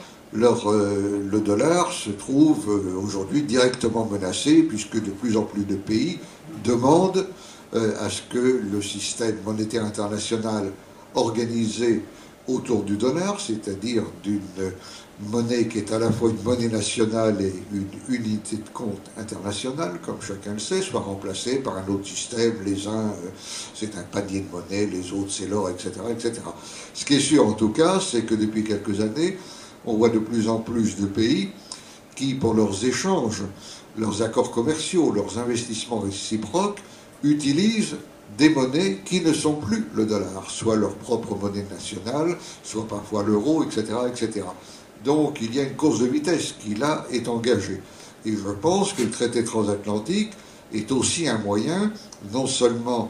le dollar se trouve aujourd'hui directement menacé, puisque de plus en plus de pays demandent à ce que le système monétaire international organisé autour du dollar, c'est-à-dire d'une monnaie qui est à la fois une monnaie nationale et une unité de compte internationale, comme chacun le sait, soit remplacée par un autre système. Les uns, c'est un panier de monnaie, les autres, c'est l'or, etc., etc. Ce qui est sûr, en tout cas, c'est que depuis quelques années, on voit de plus en plus de pays qui, pour leurs échanges, leurs accords commerciaux, leurs investissements réciproques, utilisent des monnaies qui ne sont plus le dollar, soit leur propre monnaie nationale, soit parfois l'euro, etc., etc. Donc il y a une course de vitesse qui, là, est engagée. Et je pense que le traité transatlantique est aussi un moyen, non seulement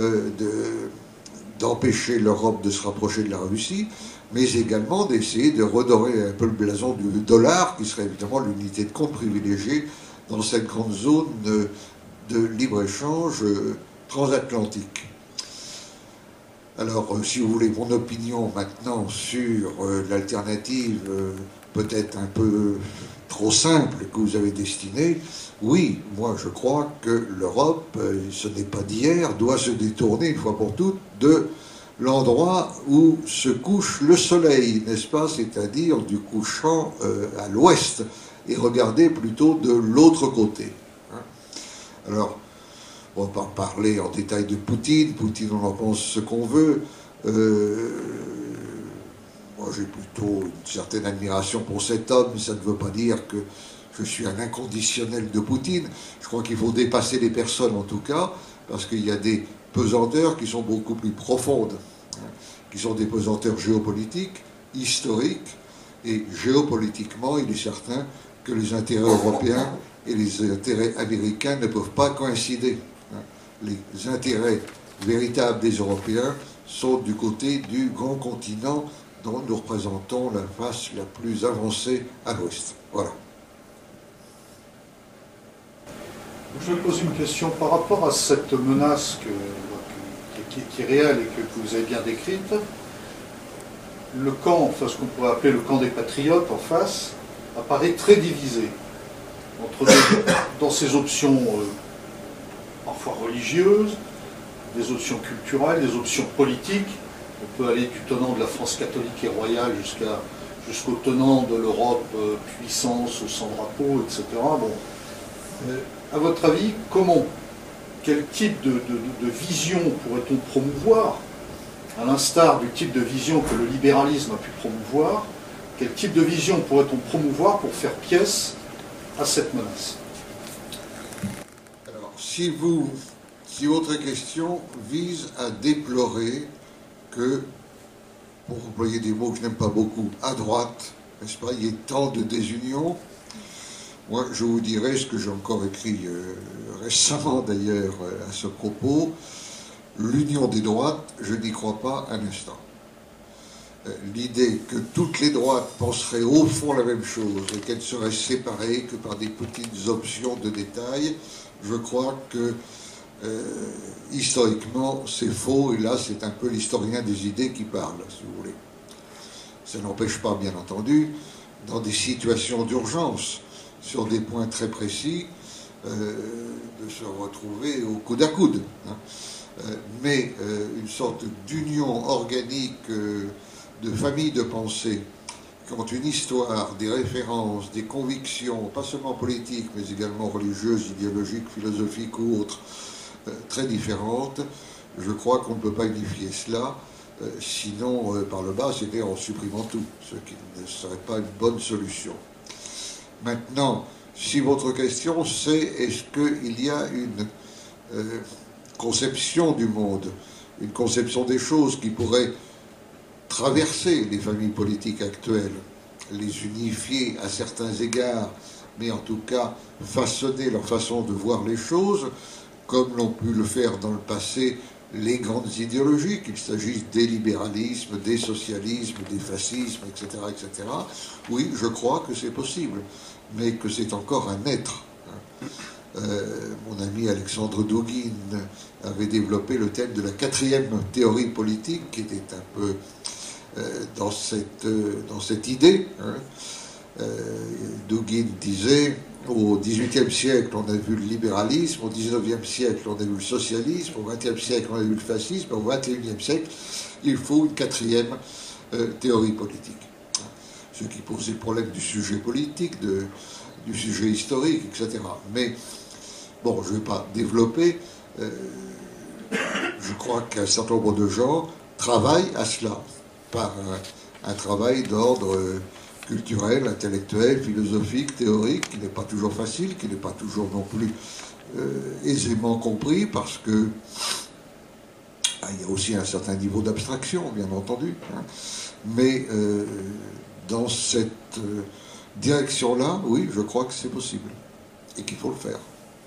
d'empêcher l'Europe de se rapprocher de la Russie, mais également d'essayer de redorer un peu le blason du dollar, qui serait évidemment l'unité de compte privilégiée dans cette grande zone de libre-échange transatlantique. Alors, si vous voulez mon opinion maintenant sur l'alternative peut-être un peu trop simple que vous avez destinée, oui, moi je crois que l'Europe, ce n'est pas d'hier, doit se détourner une fois pour toutes de l'endroit où se couche le soleil, n'est-ce pas, c'est-à-dire du couchant à l'ouest, et regarder plutôt de l'autre côté. Alors, on va pas parler en détail de Poutine. Poutine, on en pense ce qu'on veut. Moi, j'ai plutôt une certaine admiration pour cet homme, mais ça ne veut pas dire que je suis un inconditionnel de Poutine. Je crois qu'il faut dépasser les personnes, en tout cas, parce qu'il y a des pesanteurs qui sont beaucoup plus profondes, qui sont des pesanteurs géopolitiques, historiques, et géopolitiquement, il est certain que les intérêts européens et les intérêts américains ne peuvent pas coïncider. Les intérêts véritables des Européens sont du côté du grand continent dont nous représentons la face la plus avancée à l'ouest. Voilà. Je vais poser une question par rapport à cette menace qui est réelle et que vous avez bien décrite. Le camp, enfin ce qu'on pourrait appeler le camp des patriotes en face, apparaît très divisé dans ses options parfois religieuses, des options culturelles, des options politiques. On peut aller du tenant de la France catholique et royale jusqu'au tenant de l'Europe puissance au sans drapeau, etc. Bon. À votre avis, quel type de vision pourrait-on promouvoir, à l'instar du type de vision que le libéralisme a pu promouvoir, quel type de vision pourrait-on promouvoir pour faire pièce à cette menace? Alors, si votre question vise à déplorer que, pour employer des mots que je n'aime pas beaucoup, à droite, n'est-ce pas, il y ait tant de désunion, moi je vous dirais ce que j'ai encore écrit récemment d'ailleurs à ce propos, l'union des droites, je n'y crois pas un instant. L'idée que toutes les droites penseraient au fond la même chose et qu'elles seraient séparées que par des petites options de détail, je crois que historiquement c'est faux, et là c'est un peu l'historien des idées qui parle, si vous voulez. Ça n'empêche pas, bien entendu, dans des situations d'urgence, sur des points très précis, de se retrouver au coude à coude. Hein. Mais une sorte d'union organique de familles de pensée qui ont une histoire, des références, des convictions, pas seulement politiques, mais également religieuses, idéologiques, philosophiques ou autres, très différentes. Je crois qu'on ne peut pas unifier cela, sinon par le bas, c'était en supprimant tout, ce qui ne serait pas une bonne solution. Maintenant, si votre question c'est est-ce qu'il y a une conception du monde, une conception des choses qui pourrait traverser les familles politiques actuelles, les unifier à certains égards, mais en tout cas façonner leur façon de voir les choses, comme l'ont pu le faire dans le passé les grandes idéologies, qu'il s'agisse des libéralismes, des socialismes, des fascismes, etc., etc. Oui, je crois que c'est possible, mais que c'est encore un être. Mon ami Alexandre Douguin avait développé le thème de la 4e théorie politique, qui était un peu dans cette idée. Douguin disait, au XVIIIe siècle, on a vu le libéralisme, au XIXe siècle, on a vu le socialisme, au XXe siècle, on a vu le fascisme, au XXIe siècle, il faut une 4e théorie politique. Ce qui posait le problème du sujet politique, du sujet historique, etc. Mais, bon, je ne vais pas développer. Je crois qu'un certain nombre de gens travaillent à cela, par un travail d'ordre culturel, intellectuel, philosophique, théorique, qui n'est pas toujours facile, qui n'est pas toujours non plus aisément compris, parce que il y a aussi un certain niveau d'abstraction, bien entendu. Hein. Mais dans cette direction-là, oui, je crois que c'est possible, et qu'il faut le faire.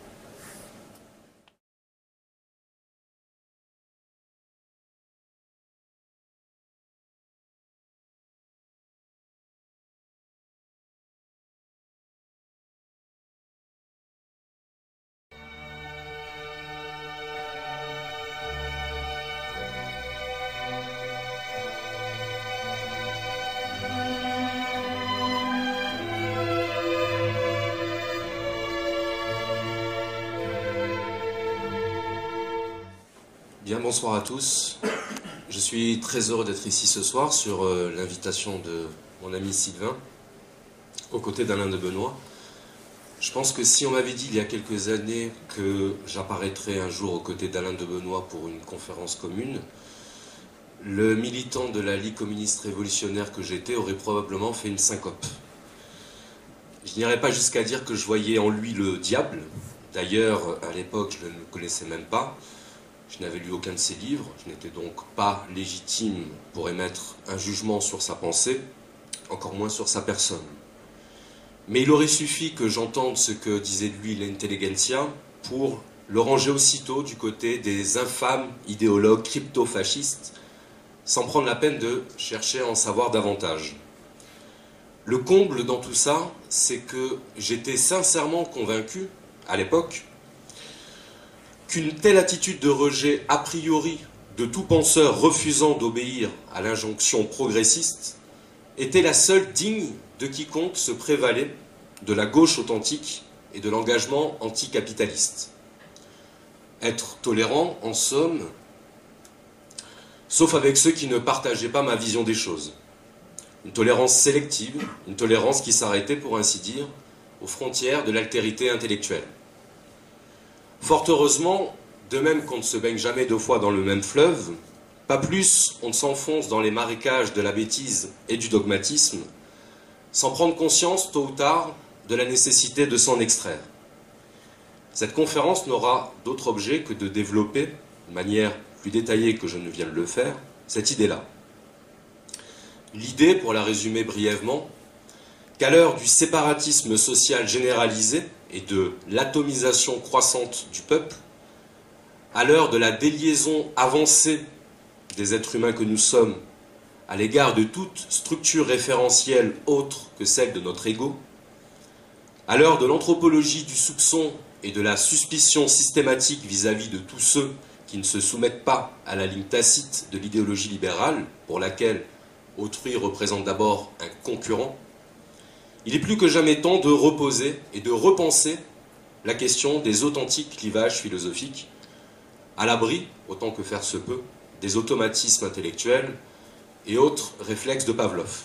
Bien, bonsoir à tous. Je suis très heureux d'être ici ce soir sur l'invitation de mon ami Sylvain, aux côtés d'Alain de Benoît. Je pense que si on m'avait dit il y a quelques années que j'apparaîtrais un jour aux côtés d'Alain de Benoît pour une conférence commune, le militant de la Ligue communiste révolutionnaire que j'étais aurait probablement fait une syncope. Je n'irais pas jusqu'à dire que je voyais en lui le diable. D'ailleurs, à l'époque, je ne le connaissais même pas. Je n'avais lu aucun de ses livres, je n'étais donc pas légitime pour émettre un jugement sur sa pensée, encore moins sur sa personne. Mais il aurait suffi que j'entende ce que disait de lui l'intelligentsia pour le ranger aussitôt du côté des infâmes idéologues crypto-fascistes, sans prendre la peine de chercher à en savoir davantage. Le comble dans tout ça, c'est que j'étais sincèrement convaincu, à l'époque, qu'une telle attitude de rejet a priori de tout penseur refusant d'obéir à l'injonction progressiste était la seule digne de quiconque se prévalait de la gauche authentique et de l'engagement anticapitaliste. Être tolérant, en somme, sauf avec ceux qui ne partageaient pas ma vision des choses. Une tolérance sélective, une tolérance qui s'arrêtait, pour ainsi dire, aux frontières de l'altérité intellectuelle. Fort heureusement, de même qu'on ne se baigne jamais 2 fois dans le même fleuve, pas plus on ne s'enfonce dans les marécages de la bêtise et du dogmatisme, sans prendre conscience, tôt ou tard, de la nécessité de s'en extraire. Cette conférence n'aura d'autre objet que de développer, de manière plus détaillée que je ne viens de le faire, cette idée-là. L'idée, pour la résumer brièvement, qu'à l'heure du séparatisme social généralisé et de l'atomisation croissante du peuple, à l'heure de la déliaison avancée des êtres humains que nous sommes à l'égard de toute structure référentielle autre que celle de notre ego, à l'heure de l'anthropologie du soupçon et de la suspicion systématique vis-à-vis de tous ceux qui ne se soumettent pas à la ligne tacite de l'idéologie libérale, pour laquelle autrui représente d'abord un concurrent, il est plus que jamais temps de reposer et de repenser la question des authentiques clivages philosophiques, à l'abri, autant que faire se peut, des automatismes intellectuels et autres réflexes de Pavlov.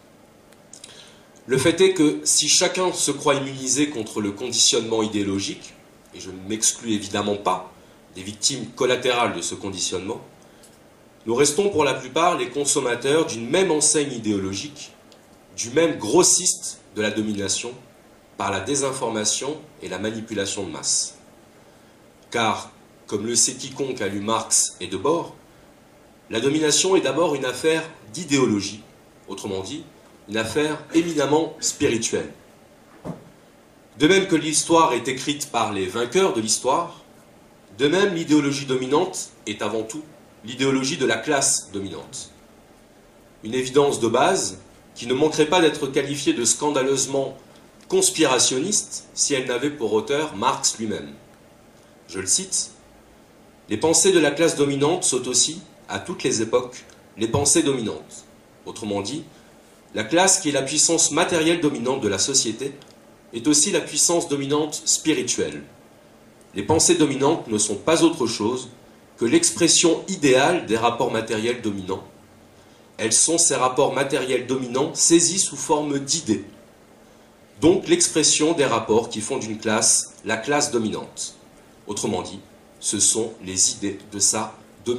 Le fait est que si chacun se croit immunisé contre le conditionnement idéologique, et je ne m'exclus évidemment pas des victimes collatérales de ce conditionnement, nous restons pour la plupart les consommateurs d'une même enseigne idéologique, du même grossiste de la domination, par la désinformation et la manipulation de masse. Car, comme le sait quiconque a lu Marx et Debord, la domination est d'abord une affaire d'idéologie, autrement dit, une affaire éminemment spirituelle. De même que l'histoire est écrite par les vainqueurs de l'histoire, de même l'idéologie dominante est avant tout l'idéologie de la classe dominante. Une évidence de base qui ne manquerait pas d'être qualifiée de scandaleusement conspirationniste si elle n'avait pour auteur Marx lui-même. Je le cite, « Les pensées de la classe dominante sont aussi, à toutes les époques, les pensées dominantes. Autrement dit, la classe qui est la puissance matérielle dominante de la société est aussi la puissance dominante spirituelle. Les pensées dominantes ne sont pas autre chose que l'expression idéale des rapports matériels dominants. Elles sont ces rapports matériels dominants saisis sous forme d'idées. Donc l'expression des rapports qui font d'une classe la classe dominante. Autrement dit, ce sont les idées de sa domination. »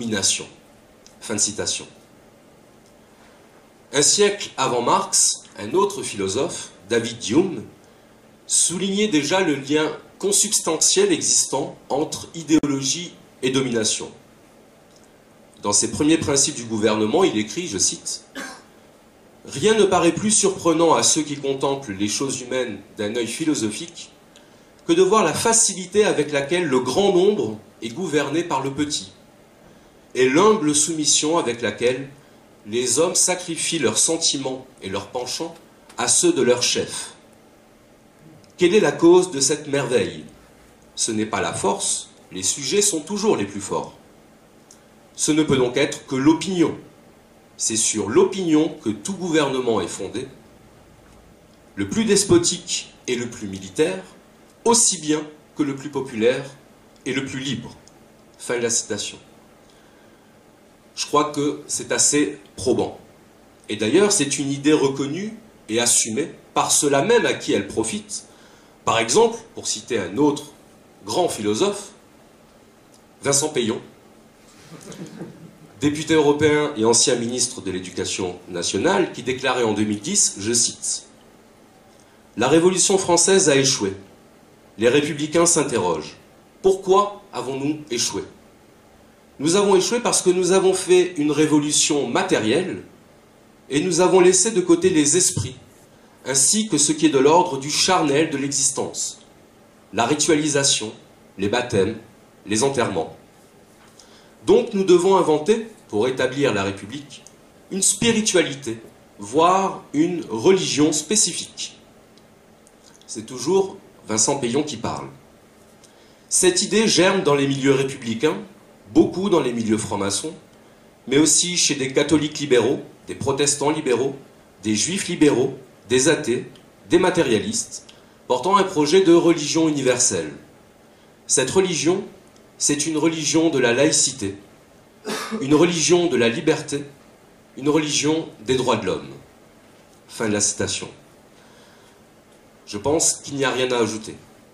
Fin de citation. Un siècle avant Marx, un autre philosophe, David Hume, soulignait déjà le lien consubstantiel existant entre idéologie et domination. Dans ses premiers principes du gouvernement, il écrit, je cite, « Rien ne paraît plus surprenant à ceux qui contemplent les choses humaines d'un œil philosophique que de voir la facilité avec laquelle le grand nombre est gouverné par le petit, et l'humble soumission avec laquelle les hommes sacrifient leurs sentiments et leurs penchants à ceux de leurs chefs. Quelle est la cause de cette merveille? Ce n'est pas la force, les sujets sont toujours les plus forts. Ce ne peut donc être que l'opinion. C'est sur l'opinion que tout gouvernement est fondé, le plus despotique et le plus militaire, aussi bien que le plus populaire et le plus libre. » Fin de la citation. Je crois que c'est assez probant. Et d'ailleurs, c'est une idée reconnue et assumée par ceux-là même à qui elle profite. Par exemple, pour citer un autre grand philosophe, Vincent Peillon, député européen et ancien ministre de l'Éducation nationale, qui déclarait en 2010, je cite, « La Révolution française a échoué. Les républicains s'interrogent. Pourquoi avons-nous échoué ? Nous avons échoué parce que nous avons fait une révolution matérielle et nous avons laissé de côté les esprits, ainsi que ce qui est de l'ordre du charnel de l'existence, la ritualisation, les baptêmes, les enterrements. Donc nous devons inventer, pour établir la République, une spiritualité, voire une religion spécifique. » C'est toujours Vincent Peillon qui parle. Cette idée germe dans les milieux républicains, beaucoup dans les milieux francs-maçons, mais aussi chez des catholiques libéraux, des protestants libéraux, des juifs libéraux, des athées, des matérialistes, portant un projet de religion universelle. Cette religion, c'est une religion de la laïcité, une religion de la liberté, une religion des droits de l'homme. Fin de la citation. Je pense qu'il n'y a rien à ajouter.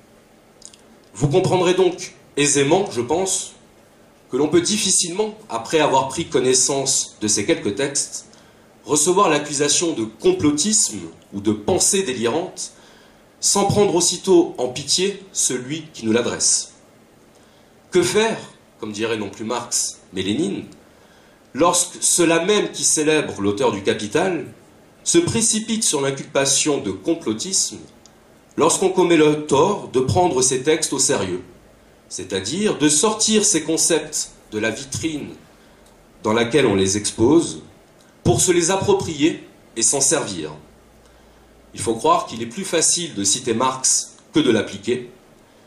Vous comprendrez donc aisément, je pense, que l'on peut difficilement, après avoir pris connaissance de ces quelques textes, recevoir l'accusation de complotisme ou de pensée délirante sans prendre aussitôt en pitié celui qui nous l'adresse. Que faire, comme dirait non plus Marx mais Lénine, lorsque ceux-là même qui célèbrent l'auteur du Capital se précipitent sur l'inculpation de complotisme lorsqu'on commet le tort de prendre ces textes au sérieux, c'est-à-dire de sortir ces concepts de la vitrine dans laquelle on les expose pour se les approprier et s'en servir. Il faut croire qu'il est plus facile de citer Marx que de l'appliquer.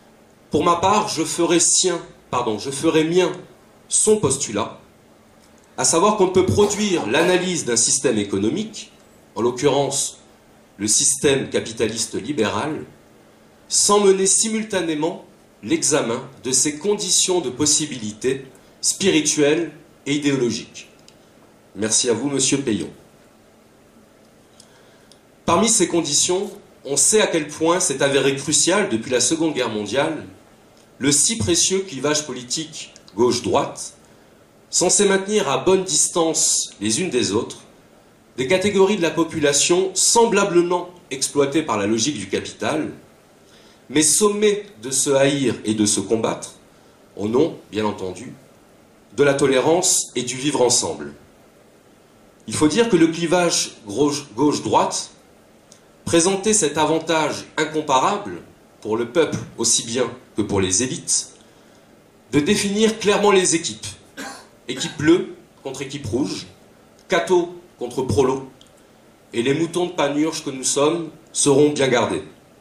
Pour ma part, je ferai mien son postulat. à savoir qu'on ne peut produire l'analyse d'un système économique, en l'occurrence le système capitaliste libéral, sans mener simultanément l'examen de ses conditions de possibilité spirituelles et idéologiques. Merci à vous, Monsieur Payon. Parmi ces conditions, on sait à quel point s'est avéré crucial depuis la Seconde Guerre mondiale le si précieux clivage politique gauche-droite, censé maintenir à bonne distance les unes des autres des catégories de la population semblablement exploitées par la logique du capital, mais sommées de se haïr et de se combattre, au nom, bien entendu, de la tolérance et du vivre ensemble. Il faut dire que le clivage gauche-droite présentait cet avantage incomparable pour le peuple aussi bien que pour les élites, de définir clairement les équipes. Équipe bleue contre équipe rouge, catho contre prolo, et les moutons de Panurge que nous sommes seront bien gardés.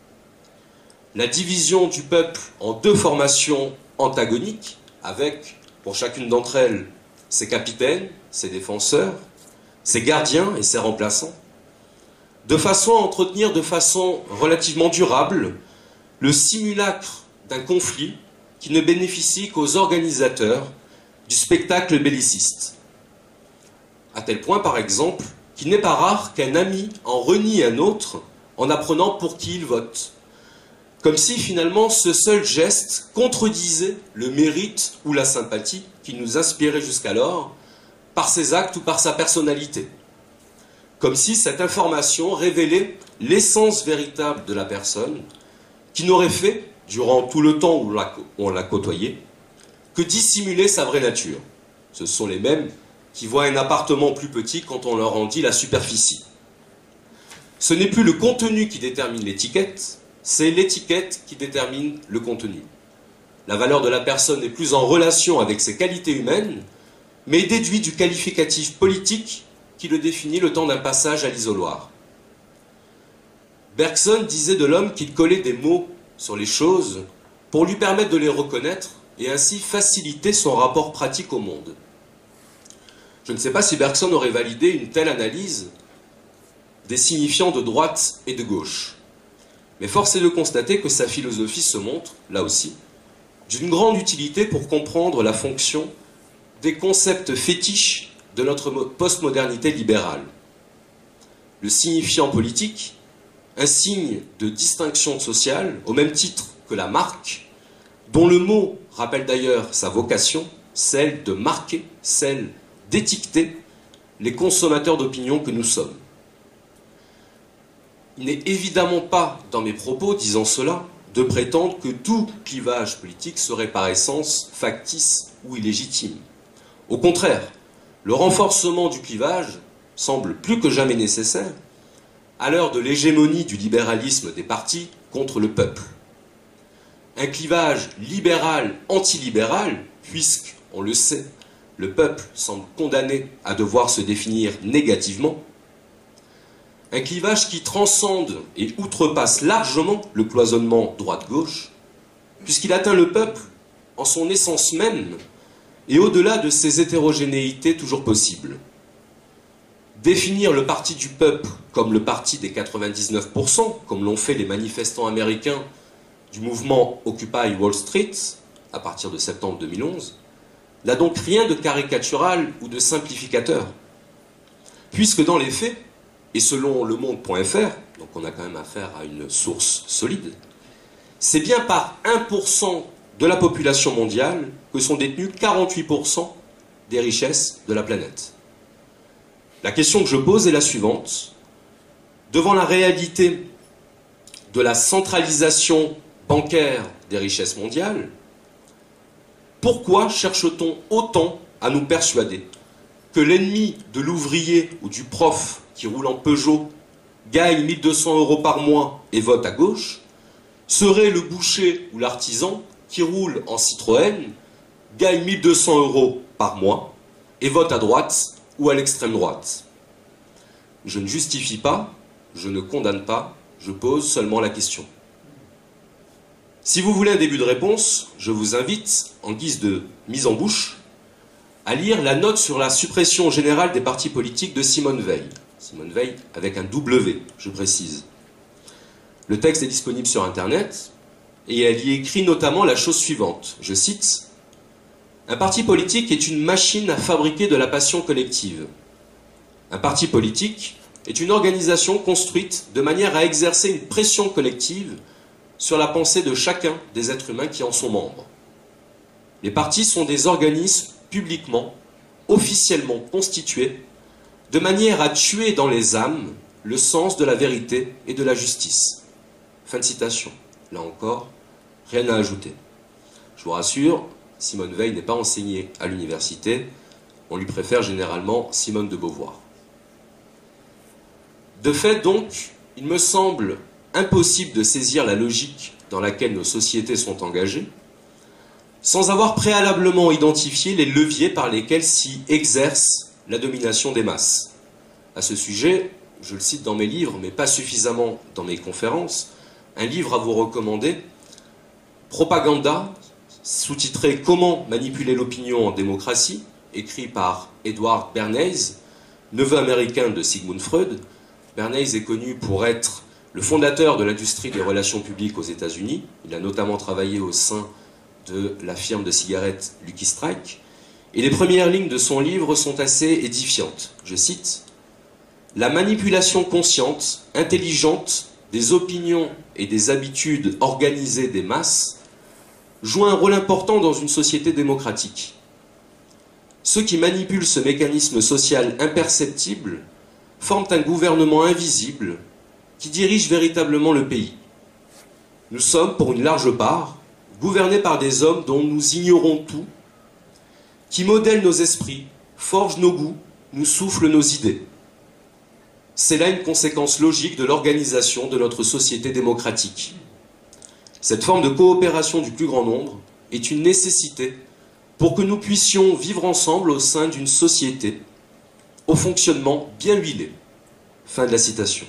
La division du peuple en deux formations antagoniques, avec, pour chacune d'entre elles, ses capitaines, ses défenseurs, ses gardiens et ses remplaçants, de façon à entretenir de façon relativement durable le simulacre d'un conflit qui ne bénéficie qu'aux organisateurs du spectacle belliciste. À tel point, par exemple, qu'il n'est pas rare qu'un ami en renie un autre en apprenant pour qui il vote. Comme si finalement ce seul geste contredisait le mérite ou la sympathie qui nous inspirait jusqu'alors par ses actes ou par sa personnalité. Comme si cette information révélait l'essence véritable de la personne qui n'aurait fait, durant tout le temps où on l'a côtoyé, que dissimuler sa vraie nature. Ce sont les mêmes qui voient un appartement plus petit quand on leur en dit la superficie. Ce n'est plus le contenu qui détermine l'étiquette, c'est l'étiquette qui détermine le contenu. La valeur de la personne n'est plus en relation avec ses qualités humaines, mais est déduite du qualificatif politique qui le définit le temps d'un passage à l'isoloir. Bergson disait de l'homme qu'il collait des mots sur les choses pour lui permettre de les reconnaître et ainsi faciliter son rapport pratique au monde. Je ne sais pas si Bergson aurait validé une telle analyse des signifiants de droite et de gauche. Mais force est de constater que sa philosophie se montre, là aussi, d'une grande utilité pour comprendre la fonction des concepts fétiches de notre postmodernité libérale. Le signifiant politique, un signe de distinction sociale, au même titre que la marque, dont le mot rappelle d'ailleurs sa vocation, celle de marquer, celle d'étiqueter les consommateurs d'opinion que nous sommes. Il n'est évidemment pas dans mes propos, disant cela, de prétendre que tout clivage politique serait par essence factice ou illégitime. Au contraire, le renforcement du clivage semble plus que jamais nécessaire à l'heure de l'hégémonie du libéralisme des partis contre le peuple. Un clivage libéral-antilibéral, puisque, on le sait, le peuple semble condamné à devoir se définir négativement. Un clivage qui transcende et outrepasse largement le cloisonnement droite-gauche, puisqu'il atteint le peuple en son essence même et au-delà de ses hétérogénéités toujours possibles. Définir le parti du peuple comme le parti des 99%, comme l'ont fait les manifestants américains du mouvement Occupy Wall Street à partir de septembre 2011, n'a donc rien de caricatural ou de simplificateur. Puisque dans les faits, et selon lemonde.fr, donc on a quand même affaire à une source solide, c'est bien par 1% de la population mondiale que sont détenus 48% des richesses de la planète. La question que je pose est la suivante. Devant la réalité de la centralisation bancaire des richesses mondiales, pourquoi cherche-t-on autant à nous persuader que l'ennemi de l'ouvrier ou du prof qui roule en Peugeot gagne 1 200 € par mois et vote à gauche, serait le boucher ou l'artisan qui roule en Citroën, gagne 1 200 € par mois et vote à droite ou à l'extrême droite? Je ne justifie pas, je ne condamne pas, je pose seulement la question. Si vous voulez un début de réponse, je vous invite, en guise de mise en bouche, à lire la note sur la suppression générale des partis politiques de Simone Veil. Simone Veil avec un W, je précise. Le texte est disponible sur Internet et elle y écrit notamment la chose suivante, je cite, « Un parti politique est une machine à fabriquer de la passion collective. Un parti politique est une organisation construite de manière à exercer une pression collective sur la pensée de chacun des êtres humains qui en sont membres. Les partis sont des organismes publiquement, officiellement constitués, de manière à tuer dans les âmes le sens de la vérité et de la justice. » Fin de citation. Là encore, rien à ajouter. Je vous rassure, Simone Veil n'est pas enseignée à l'université, on lui préfère généralement Simone de Beauvoir. De fait, donc, il me semble impossible de saisir la logique dans laquelle nos sociétés sont engagées, sans avoir préalablement identifié les leviers par lesquels s'y exerce la domination des masses. À ce sujet, je le cite dans mes livres, mais pas suffisamment dans mes conférences, un livre à vous recommander, Propaganda, sous-titré « Comment manipuler l'opinion en démocratie », écrit par Edward Bernays, neveu américain de Sigmund Freud. Bernays est connu pour être le fondateur de l'industrie des relations publiques aux États-Unis. Il a notamment travaillé au sein de la firme de cigarettes Lucky Strike. Et les premières lignes de son livre sont assez édifiantes. Je cite, « La manipulation consciente, intelligente, des opinions et des habitudes organisées des masses joue un rôle important dans une société démocratique. Ceux qui manipulent ce mécanisme social imperceptible forment un gouvernement invisible qui dirige véritablement le pays. Nous sommes, pour une large part, gouvernés par des hommes dont nous ignorons tout, qui modèlent nos esprits, forgent nos goûts, nous soufflent nos idées. C'est là une conséquence logique de l'organisation de notre société démocratique. Cette forme de coopération du plus grand nombre est une nécessité pour que nous puissions vivre ensemble au sein d'une société au fonctionnement bien huilé. » Fin de la citation.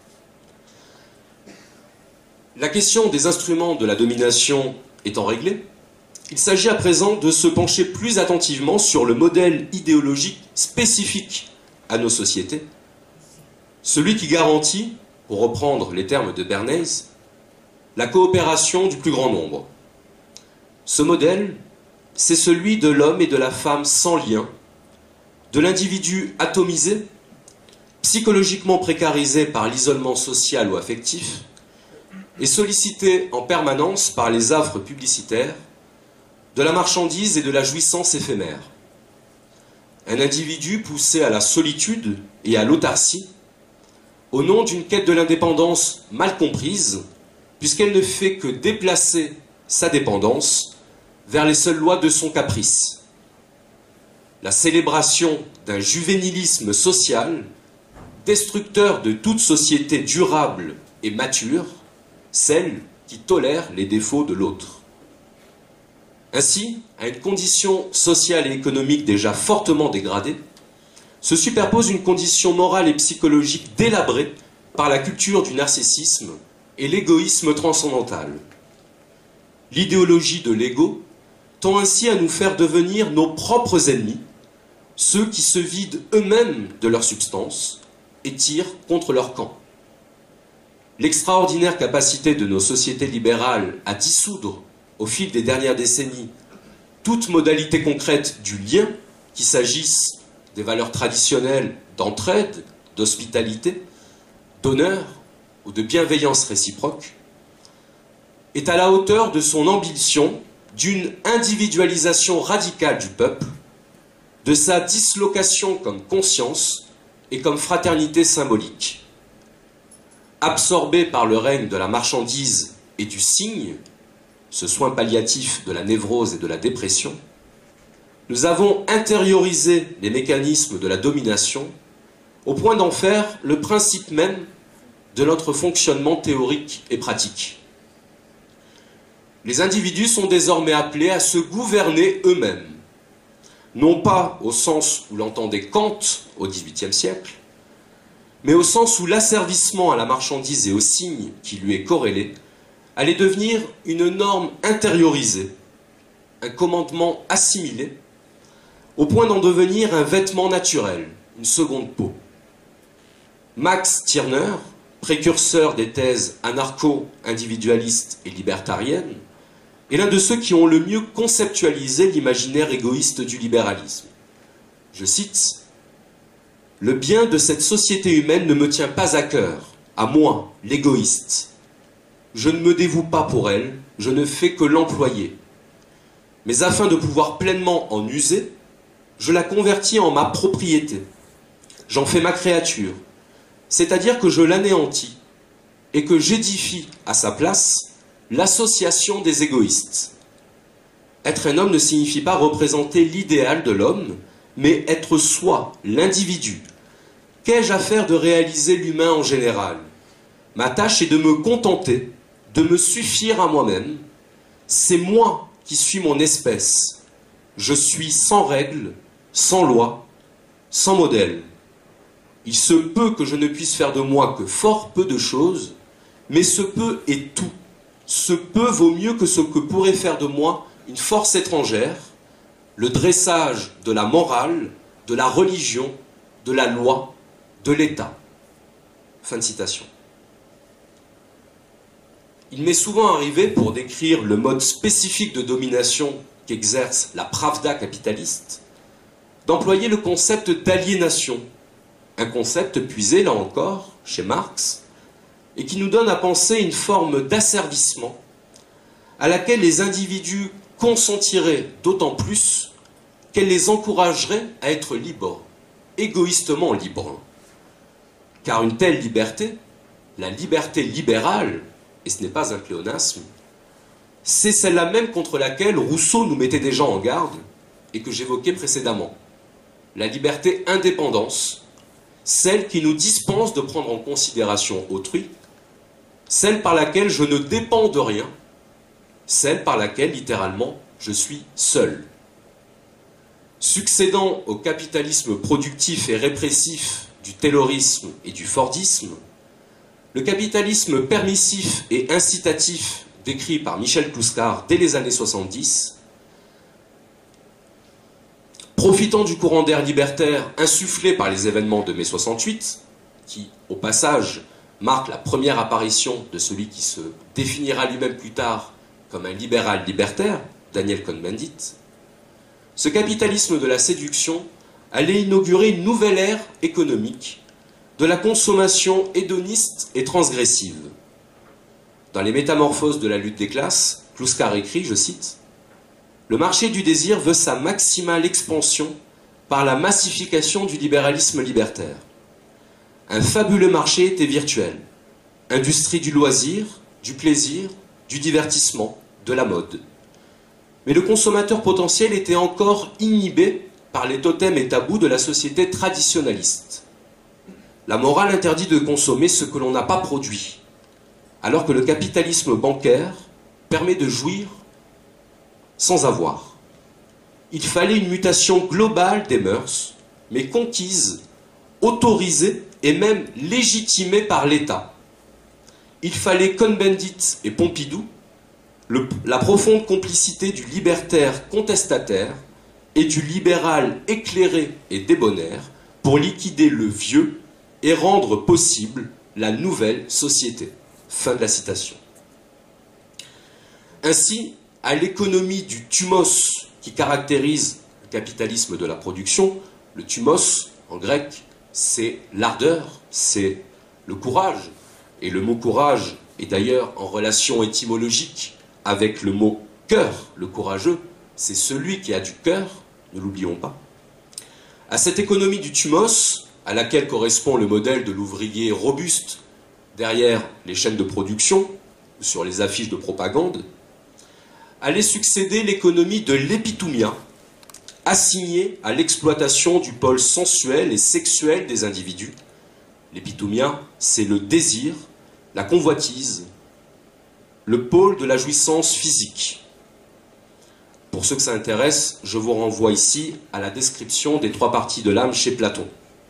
La question des instruments de la domination étant réglée, il s'agit à présent de se pencher plus attentivement sur le modèle idéologique spécifique à nos sociétés, celui qui garantit, pour reprendre les termes de Bernays, la coopération du plus grand nombre. Ce modèle, c'est celui de l'homme et de la femme sans lien, de l'individu atomisé, psychologiquement précarisé par l'isolement social ou affectif, et sollicité en permanence par les affres publicitaires, de la marchandise et de la jouissance éphémère. Un individu poussé à la solitude et à l'autarcie, au nom d'une quête de l'indépendance mal comprise, puisqu'elle ne fait que déplacer sa dépendance vers les seules lois de son caprice. La célébration d'un juvénilisme social, destructeur de toute société durable et mature, celle qui tolère les défauts de l'autre. Ainsi, à une condition sociale et économique déjà fortement dégradée, se superpose une condition morale et psychologique délabrée par la culture du narcissisme et l'égoïsme transcendantal. L'idéologie de l'ego tend ainsi à nous faire devenir nos propres ennemis, ceux qui se vident eux-mêmes de leur substance et tirent contre leur camp. L'extraordinaire capacité de nos sociétés libérales à dissoudre, au fil des dernières décennies, toute modalité concrète du lien, qu'il s'agisse des valeurs traditionnelles d'entraide, d'hospitalité, d'honneur ou de bienveillance réciproque, est à la hauteur de son ambition d'une individualisation radicale du peuple, de sa dislocation comme conscience et comme fraternité symbolique. Absorbés par le règne de la marchandise et du signe, ce soin palliatif de la névrose et de la dépression, nous avons intériorisé les mécanismes de la domination au point d'en faire le principe même de notre fonctionnement théorique et pratique. Les individus sont désormais appelés à se gouverner eux-mêmes, non pas au sens où l'entendait Kant au XVIIIe siècle, mais au sens où l'asservissement à la marchandise et au signe qui lui est corrélé allait devenir une norme intériorisée, un commandement assimilé, au point d'en devenir un vêtement naturel, une seconde peau. Max Stirner, précurseur des thèses anarcho-individualistes et libertariennes, est l'un de ceux qui ont le mieux conceptualisé l'imaginaire égoïste du libéralisme. Je cite, « Le bien de cette société humaine ne me tient pas à cœur, à moi, l'égoïste. Je ne me dévoue pas pour elle, je ne fais que l'employer. Mais afin de pouvoir pleinement en user, je la convertis en ma propriété. J'en fais ma créature, c'est-à-dire que je l'anéantis et que j'édifie à sa place l'association des égoïstes. Être un homme ne signifie pas représenter l'idéal de l'homme, mais être soi, l'individu. Qu'ai-je à faire de réaliser l'humain en général? Ma tâche est de me contenter, de me suffire à moi-même. C'est moi qui suis mon espèce. Je suis sans règles, sans loi, sans modèle. Il se peut que je ne puisse faire de moi que fort peu de choses, mais ce peu est tout. Ce peu vaut mieux que ce que pourrait faire de moi une force étrangère, le dressage de la morale, de la religion, de la loi, de l'État. » Fin de citation. Il m'est souvent arrivé, pour décrire le mode spécifique de domination qu'exerce la pravda capitaliste, d'employer le concept d'aliénation, un concept puisé, là encore, chez Marx, et qui nous donne à penser une forme d'asservissement à laquelle les individus consentiraient d'autant plus qu'elle les encouragerait à être libres, égoïstement libres. Car une telle liberté, la liberté libérale, et ce n'est pas un pléonasme, c'est celle-là même contre laquelle Rousseau nous mettait déjà en garde et que j'évoquais précédemment. La liberté indépendance, celle qui nous dispense de prendre en considération autrui, celle par laquelle je ne dépends de rien, celle par laquelle, littéralement, je suis seul. Succédant au capitalisme productif et répressif du taylorisme et du fordisme, le capitalisme permissif et incitatif décrit par Michel Clouscar dès les années 70, profitant du courant d'air libertaire insufflé par les événements de mai 68, qui, au passage, marque la première apparition de celui qui se définira lui-même plus tard comme un libéral libertaire, Daniel Cohn-Bendit, ce capitalisme de la séduction allait inaugurer une nouvelle ère économique de la consommation hédoniste et transgressive. Dans les Métamorphoses de la lutte des classes, Clouscar écrit, je cite, « Le marché du désir veut sa maximale expansion par la massification du libéralisme libertaire. Un fabuleux marché était virtuel, industrie du loisir, du plaisir, du divertissement, de la mode. Mais le consommateur potentiel était encore inhibé par les totems et tabous de la société traditionnaliste. La morale interdit de consommer ce que l'on n'a pas produit, alors que le capitalisme bancaire permet de jouir sans avoir. Il fallait une mutation globale des mœurs, mais conquise, autorisée et même légitimée par l'État. Il fallait Cohn-Bendit et Pompidou, la profonde complicité du libertaire contestataire et du libéral éclairé et débonnaire pour liquider le vieux et rendre possible la nouvelle société. » Fin de la citation. Ainsi, à l'économie du thumos qui caractérise le capitalisme de la production, le thumos, en grec, c'est l'ardeur, c'est le courage. Et le mot courage est d'ailleurs en relation étymologique avec le mot cœur, le courageux, c'est celui qui a du cœur, ne l'oublions pas. À cette économie du thumos, à laquelle correspond le modèle de l'ouvrier robuste derrière les chaînes de production, sur les affiches de propagande, allait succéder l'économie de l'épitomia, assignée à l'exploitation du pôle sensuel et sexuel des individus. L'épitomia, c'est le désir, la convoitise, le pôle de la jouissance physique. Pour ceux que ça intéresse, je vous renvoie ici à la description des 3 parties de l'âme chez Platon.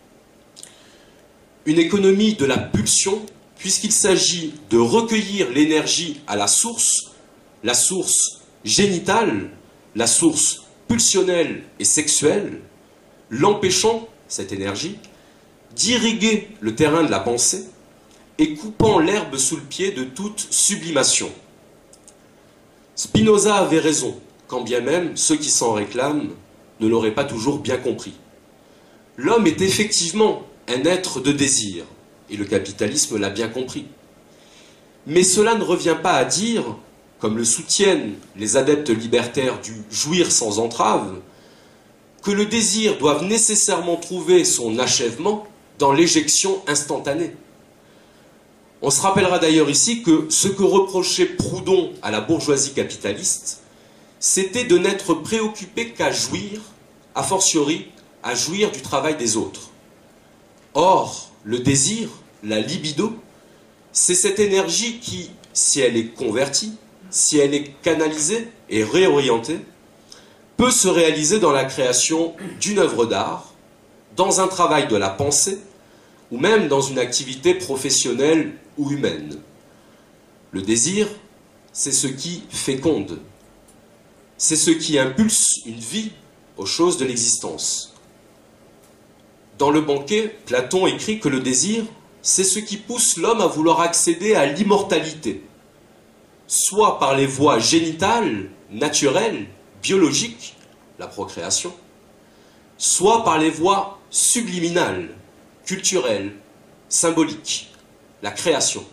Une économie de la pulsion, puisqu'il s'agit de recueillir l'énergie à la source génitale, la source pulsionnelle et sexuelle, l'empêchant, cette énergie, d'irriguer le terrain de la pensée et coupant l'herbe sous le pied de toute sublimation. Spinoza avait raison, quand bien même ceux qui s'en réclament ne l'auraient pas toujours bien compris. L'homme est effectivement un être de désir, et le capitalisme l'a bien compris. Mais cela ne revient pas à dire, comme le soutiennent les adeptes libertaires du « jouir sans entrave », que le désir doit nécessairement trouver son achèvement dans l'éjection instantanée. On se rappellera d'ailleurs ici que ce que reprochait Proudhon à la bourgeoisie capitaliste, c'était de n'être préoccupé qu'à jouir, a fortiori, à jouir du travail des autres. Or, le désir, la libido, c'est cette énergie qui, si elle est convertie, si elle est canalisée et réorientée, peut se réaliser dans la création d'une œuvre d'art, dans un travail de la pensée, ou même dans une activité professionnelle ou humaine. Le désir, c'est ce qui féconde. C'est ce qui impulse une vie aux choses de l'existence. Dans le Banquet, Platon écrit que le désir, c'est ce qui pousse l'homme à vouloir accéder à l'immortalité, soit par les voies génitales, naturelles, biologiques, la procréation, soit par les voies subliminales, culturelles, symboliques, la création.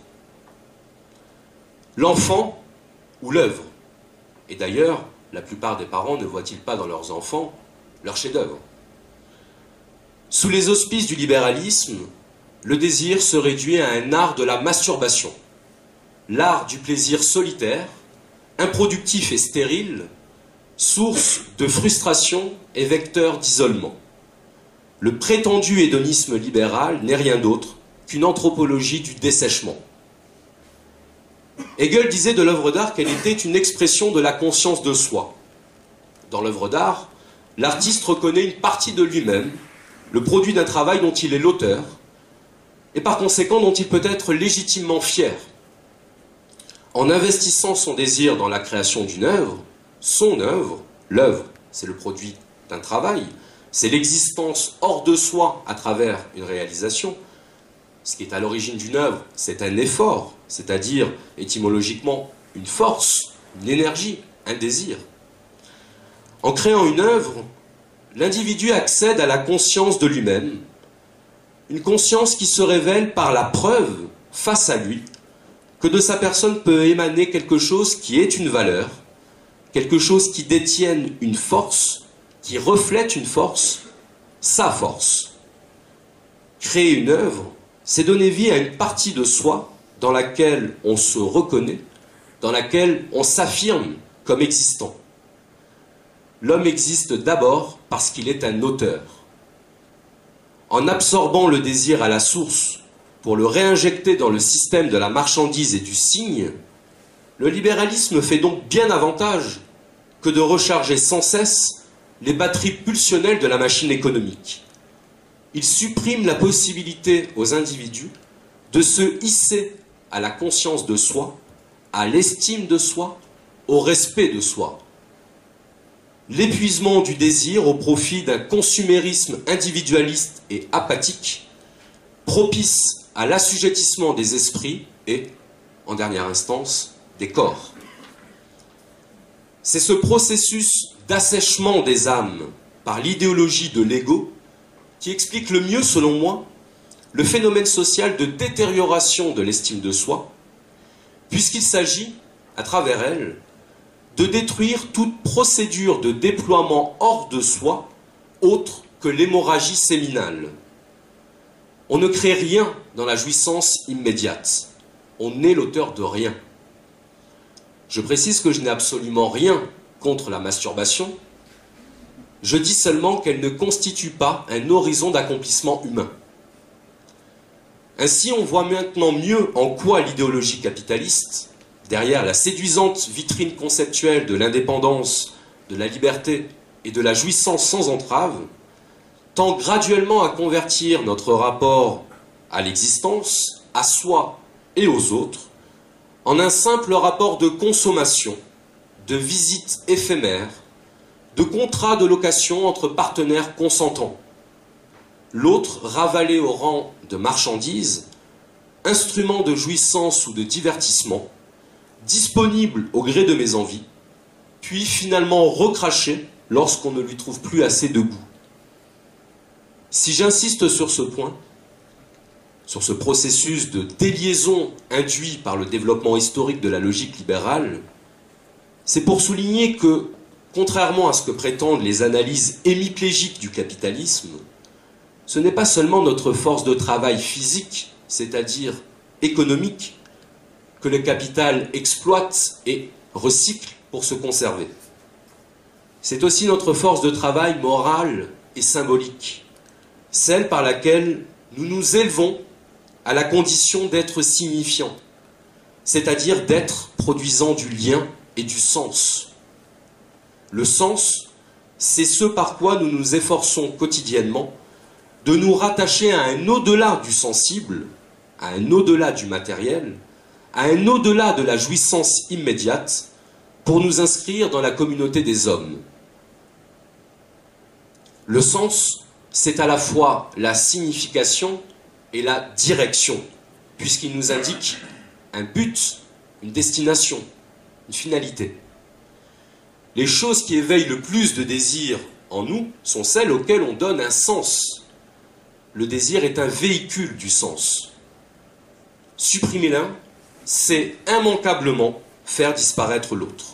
L'enfant ou l'œuvre. Et d'ailleurs, la plupart des parents ne voient-ils pas dans leurs enfants leur chef-d'œuvre. Sous les auspices du libéralisme, le désir se réduit à un art de la masturbation, l'art du plaisir solitaire, improductif et stérile, source de frustration et vecteur d'isolement. Le prétendu hédonisme libéral n'est rien d'autre qu'une anthropologie du dessèchement. Hegel disait de l'œuvre d'art qu'elle était une expression de la conscience de soi. Dans l'œuvre d'art, l'artiste reconnaît une partie de lui-même, le produit d'un travail dont il est l'auteur, et par conséquent dont il peut être légitimement fier. En investissant son désir dans la création d'une œuvre, son œuvre, l'œuvre, c'est le produit d'un travail, c'est l'existence hors de soi à travers une réalisation. Ce qui est à l'origine d'une œuvre, c'est un effort, c'est-à-dire étymologiquement une force, une énergie, un désir. En créant une œuvre, l'individu accède à la conscience de lui-même, une conscience qui se révèle par la preuve, face à lui, que de sa personne peut émaner quelque chose qui est une valeur, quelque chose qui détienne une force, qui reflète une force, sa force. Créer une œuvre, c'est donner vie à une partie de soi dans laquelle on se reconnaît, dans laquelle on s'affirme comme existant. L'homme existe d'abord parce qu'il est un auteur. En absorbant le désir à la source pour le réinjecter dans le système de la marchandise et du signe, le libéralisme fait donc bien davantage que de recharger sans cesse les batteries pulsionnelles de la machine économique. Il supprime la possibilité aux individus de se hisser à la conscience de soi, à l'estime de soi, au respect de soi. L'épuisement du désir au profit d'un consumérisme individualiste et apathique, propice à l'assujettissement des esprits et, en dernière instance, des corps. C'est ce processus d'assèchement des âmes par l'idéologie de l'ego qui explique le mieux, selon moi, le phénomène social de détérioration de l'estime de soi, puisqu'il s'agit, à travers elle, de détruire toute procédure de déploiement hors de soi, autre que l'hémorragie séminale. On ne crée rien dans la jouissance immédiate. On est l'auteur de rien. Je précise que je n'ai absolument rien contre la masturbation. Je dis seulement qu'elle ne constitue pas un horizon d'accomplissement humain. Ainsi, on voit maintenant mieux en quoi l'idéologie capitaliste, derrière la séduisante vitrine conceptuelle de l'indépendance, de la liberté et de la jouissance sans entrave, tend graduellement à convertir notre rapport à l'existence, à soi et aux autres, en un simple rapport de consommation, de visite éphémère, de contrats de location entre partenaires consentants. L'autre ravalé au rang de marchandise, instrument de jouissance ou de divertissement, disponible au gré de mes envies, puis finalement recraché lorsqu'on ne lui trouve plus assez de goût. Si j'insiste sur ce point, sur ce processus de déliaison induit par le développement historique de la logique libérale, c'est pour souligner que, contrairement à ce que prétendent les analyses hémiplégiques du capitalisme, ce n'est pas seulement notre force de travail physique, c'est-à-dire économique, que le capital exploite et recycle pour se conserver. C'est aussi notre force de travail morale et symbolique, celle par laquelle nous nous élevons à la condition d'être signifiants, c'est-à-dire d'être produisant du lien et du sens. Le sens, c'est ce par quoi nous nous efforçons quotidiennement de nous rattacher à un au-delà du sensible, à un au-delà du matériel, à un au-delà de la jouissance immédiate, pour nous inscrire dans la communauté des hommes. Le sens, c'est à la fois la signification et la direction, puisqu'il nous indique un but, une destination, une finalité. Les choses qui éveillent le plus de désir en nous sont celles auxquelles on donne un sens. Le désir est un véhicule du sens. Supprimer l'un, c'est immanquablement faire disparaître l'autre.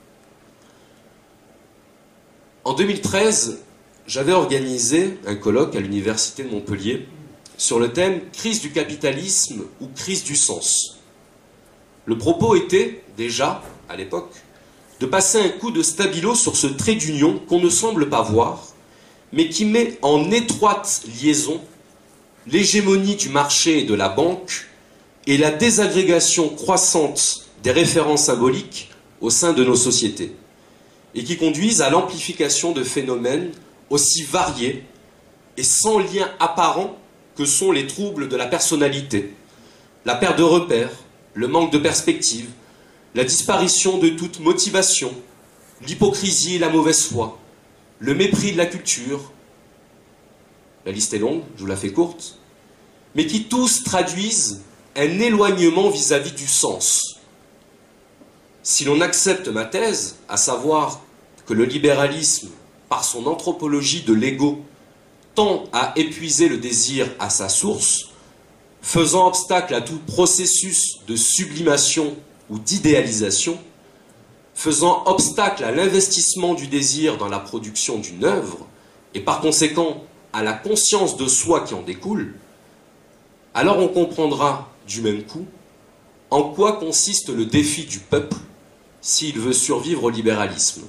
En 2013, j'avais organisé un colloque à l'université de Montpellier sur le thème « Crise du capitalisme ou crise du sens ». Le propos était, déjà, à l'époque, de passer un coup de stabilo sur ce trait d'union qu'on ne semble pas voir, mais qui met en étroite liaison l'hégémonie du marché et de la banque et la désagrégation croissante des références symboliques au sein de nos sociétés, et qui conduisent à l'amplification de phénomènes aussi variés et sans lien apparent que sont les troubles de la personnalité, la perte de repères, le manque de perspective, la disparition de toute motivation, l'hypocrisie et la mauvaise foi, le mépris de la culture. La liste est longue, je vous la fais courte, mais qui tous traduisent un éloignement vis-à-vis du sens. Si l'on accepte ma thèse, à savoir que le libéralisme, par son anthropologie de l'ego, tend à épuiser le désir à sa source, faisant obstacle à tout processus de sublimation ou d'idéalisation, faisant obstacle à l'investissement du désir dans la production d'une œuvre, et par conséquent à la conscience de soi qui en découle, alors on comprendra du même coup en quoi consiste le défi du peuple s'il veut survivre au libéralisme.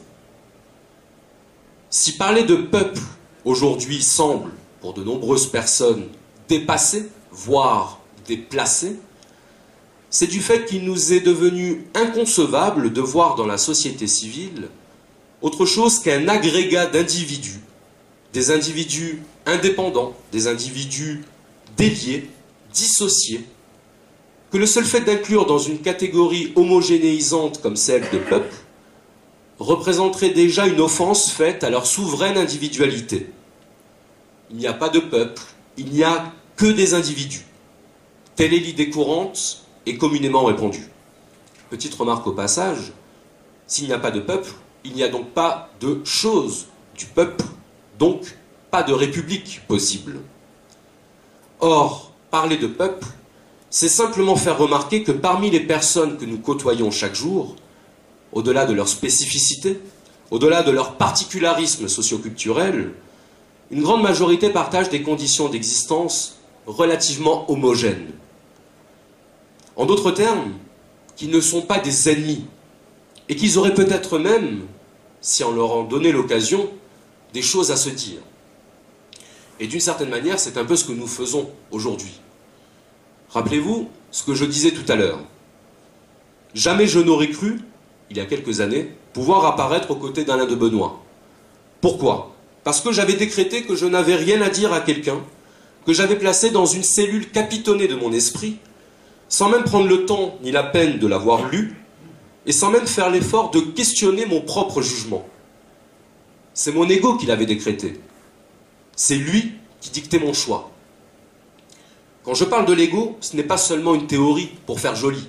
Si parler de peuple aujourd'hui semble, pour de nombreuses personnes, dépassé, voire déplacé, c'est du fait qu'il nous est devenu inconcevable de voir dans la société civile autre chose qu'un agrégat d'individus, des individus indépendants, des individus déliés, dissociés, que le seul fait d'inclure dans une catégorie homogénéisante comme celle de peuple représenterait déjà une offense faite à leur souveraine individualité. Il n'y a pas de peuple, il n'y a que des individus. Telle est l'idée courante et communément répandue. Petite remarque au passage, s'il n'y a pas de peuple, il n'y a donc pas de chose du peuple, donc pas de république possible. Or, parler de peuple, c'est simplement faire remarquer que parmi les personnes que nous côtoyons chaque jour, au-delà de leur spécificité, au-delà de leur particularisme socio-culturel, une grande majorité partage des conditions d'existence relativement homogènes. En d'autres termes, qu'ils ne sont pas des ennemis, et qu'ils auraient peut-être même, si on leur en donnait l'occasion, des choses à se dire. Et d'une certaine manière, c'est un peu ce que nous faisons aujourd'hui. Rappelez-vous ce que je disais tout à l'heure. Jamais je n'aurais cru, il y a quelques années, pouvoir apparaître aux côtés d'Alain de Benoît. Pourquoi? Parce que j'avais décrété que je n'avais rien à dire à quelqu'un, que j'avais placé dans une cellule capitonnée de mon esprit, sans même prendre le temps ni la peine de l'avoir lu, et sans même faire l'effort de questionner mon propre jugement. C'est mon ego qui l'avait décrété. C'est lui qui dictait mon choix. Quand je parle de l'ego, ce n'est pas seulement une théorie pour faire joli.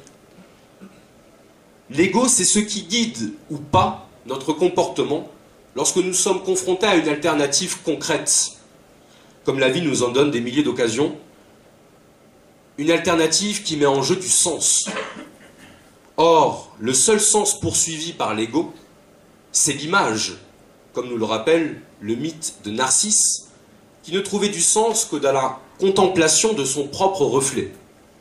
L'ego, c'est ce qui guide ou pas notre comportement lorsque nous sommes confrontés à une alternative concrète. Comme la vie nous en donne des milliers d'occasions, une alternative qui met en jeu du sens. Or, le seul sens poursuivi par l'ego, c'est l'image, comme nous le rappelle le mythe de Narcisse, qui ne trouvait du sens que dans la contemplation de son propre reflet.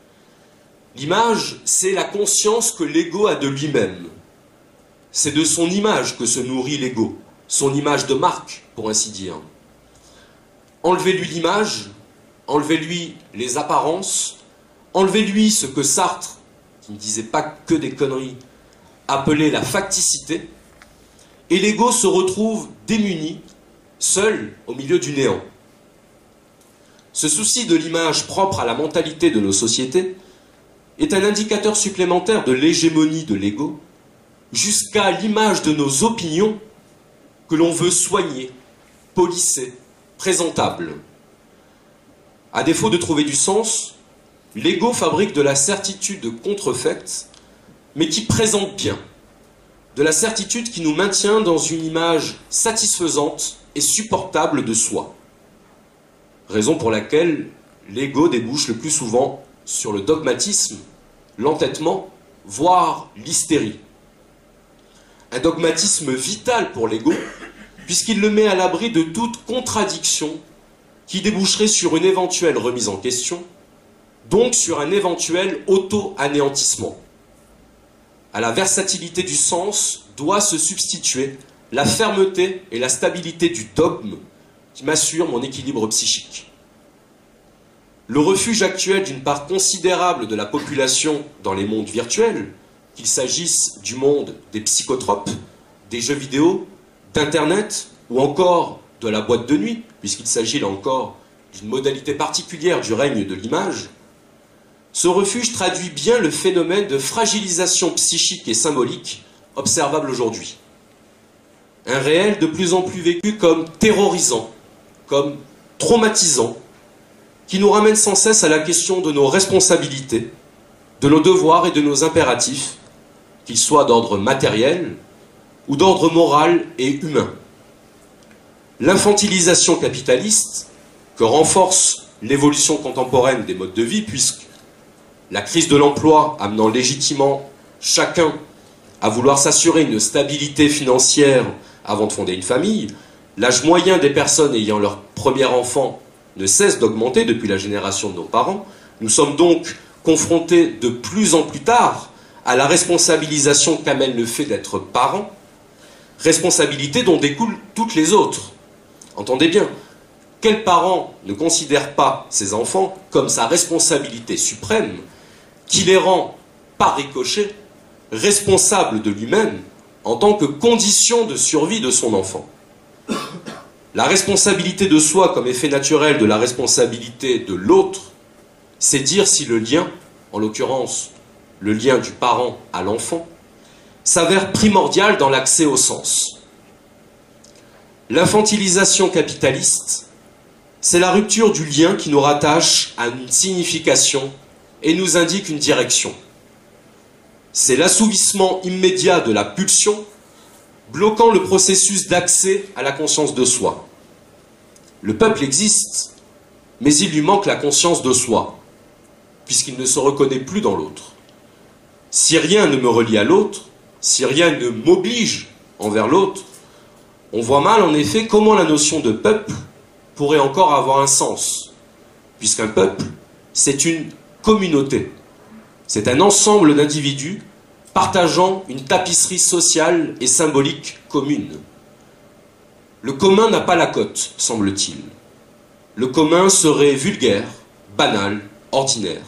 L'image, c'est la conscience que l'ego a de lui-même. C'est de son image que se nourrit l'ego, son image de marque, pour ainsi dire. Enlevez-lui l'image, enlevez-lui les apparences, enlevez-lui ce que Sartre, qui ne disait pas que des conneries, appelait la facticité, et l'ego se retrouve démuni, seul au milieu du néant. Ce souci de l'image propre à la mentalité de nos sociétés est un indicateur supplémentaire de l'hégémonie de l'ego, jusqu'à l'image de nos opinions que l'on veut soigner, polisser, présentable. À défaut de trouver du sens, l'ego fabrique de la certitude contrefaite, mais qui présente bien, de la certitude qui nous maintient dans une image satisfaisante et supportable de soi. Raison pour laquelle l'ego débouche le plus souvent sur le dogmatisme, l'entêtement, voire l'hystérie. Un dogmatisme vital pour l'ego, puisqu'il le met à l'abri de toute contradiction qui déboucherait sur une éventuelle remise en question, donc sur un éventuel auto-anéantissement. À la versatilité du sens doit se substituer la fermeté et la stabilité du dogme qui m'assure mon équilibre psychique. Le refuge actuel d'une part considérable de la population dans les mondes virtuels, qu'il s'agisse du monde des psychotropes, des jeux vidéo, d'Internet ou encore de la boîte de nuit, puisqu'il s'agit là encore d'une modalité particulière du règne de l'image, ce refuge traduit bien le phénomène de fragilisation psychique et symbolique observable aujourd'hui. Un réel de plus en plus vécu comme terrorisant, comme traumatisant, qui nous ramène sans cesse à la question de nos responsabilités, de nos devoirs et de nos impératifs, qu'ils soient d'ordre matériel ou d'ordre moral et humain. L'infantilisation capitaliste, que renforce l'évolution contemporaine des modes de vie, puisque la crise de l'emploi amenant légitimement chacun à vouloir s'assurer une stabilité financière avant de fonder une famille, l'âge moyen des personnes ayant leur premier enfant ne cesse d'augmenter depuis la génération de nos parents. Nous sommes donc confrontés de plus en plus tard à la responsabilisation qu'amène le fait d'être parent, responsabilité dont découlent toutes les autres. Entendez bien, quel parent ne considère pas ses enfants comme sa responsabilité suprême, qui les rend, par ricochet, responsables de lui-même en tant que condition de survie de son enfant. La responsabilité de soi comme effet naturel de la responsabilité de l'autre, c'est dire si le lien, en l'occurrence le lien du parent à l'enfant, s'avère primordial dans l'accès au sens. L'infantilisation capitaliste, c'est la rupture du lien qui nous rattache à une signification et nous indique une direction. C'est l'assouvissement immédiat de la pulsion, bloquant le processus d'accès à la conscience de soi. Le peuple existe, mais il lui manque la conscience de soi, puisqu'il ne se reconnaît plus dans l'autre. Si rien ne me relie à l'autre, si rien ne m'oblige envers l'autre, on voit mal en effet comment la notion de peuple pourrait encore avoir un sens, puisqu'un peuple, c'est une communauté. C'est un ensemble d'individus partageant une tapisserie sociale et symbolique commune. Le commun n'a pas la cote, semble-t-il. Le commun serait vulgaire, banal, ordinaire.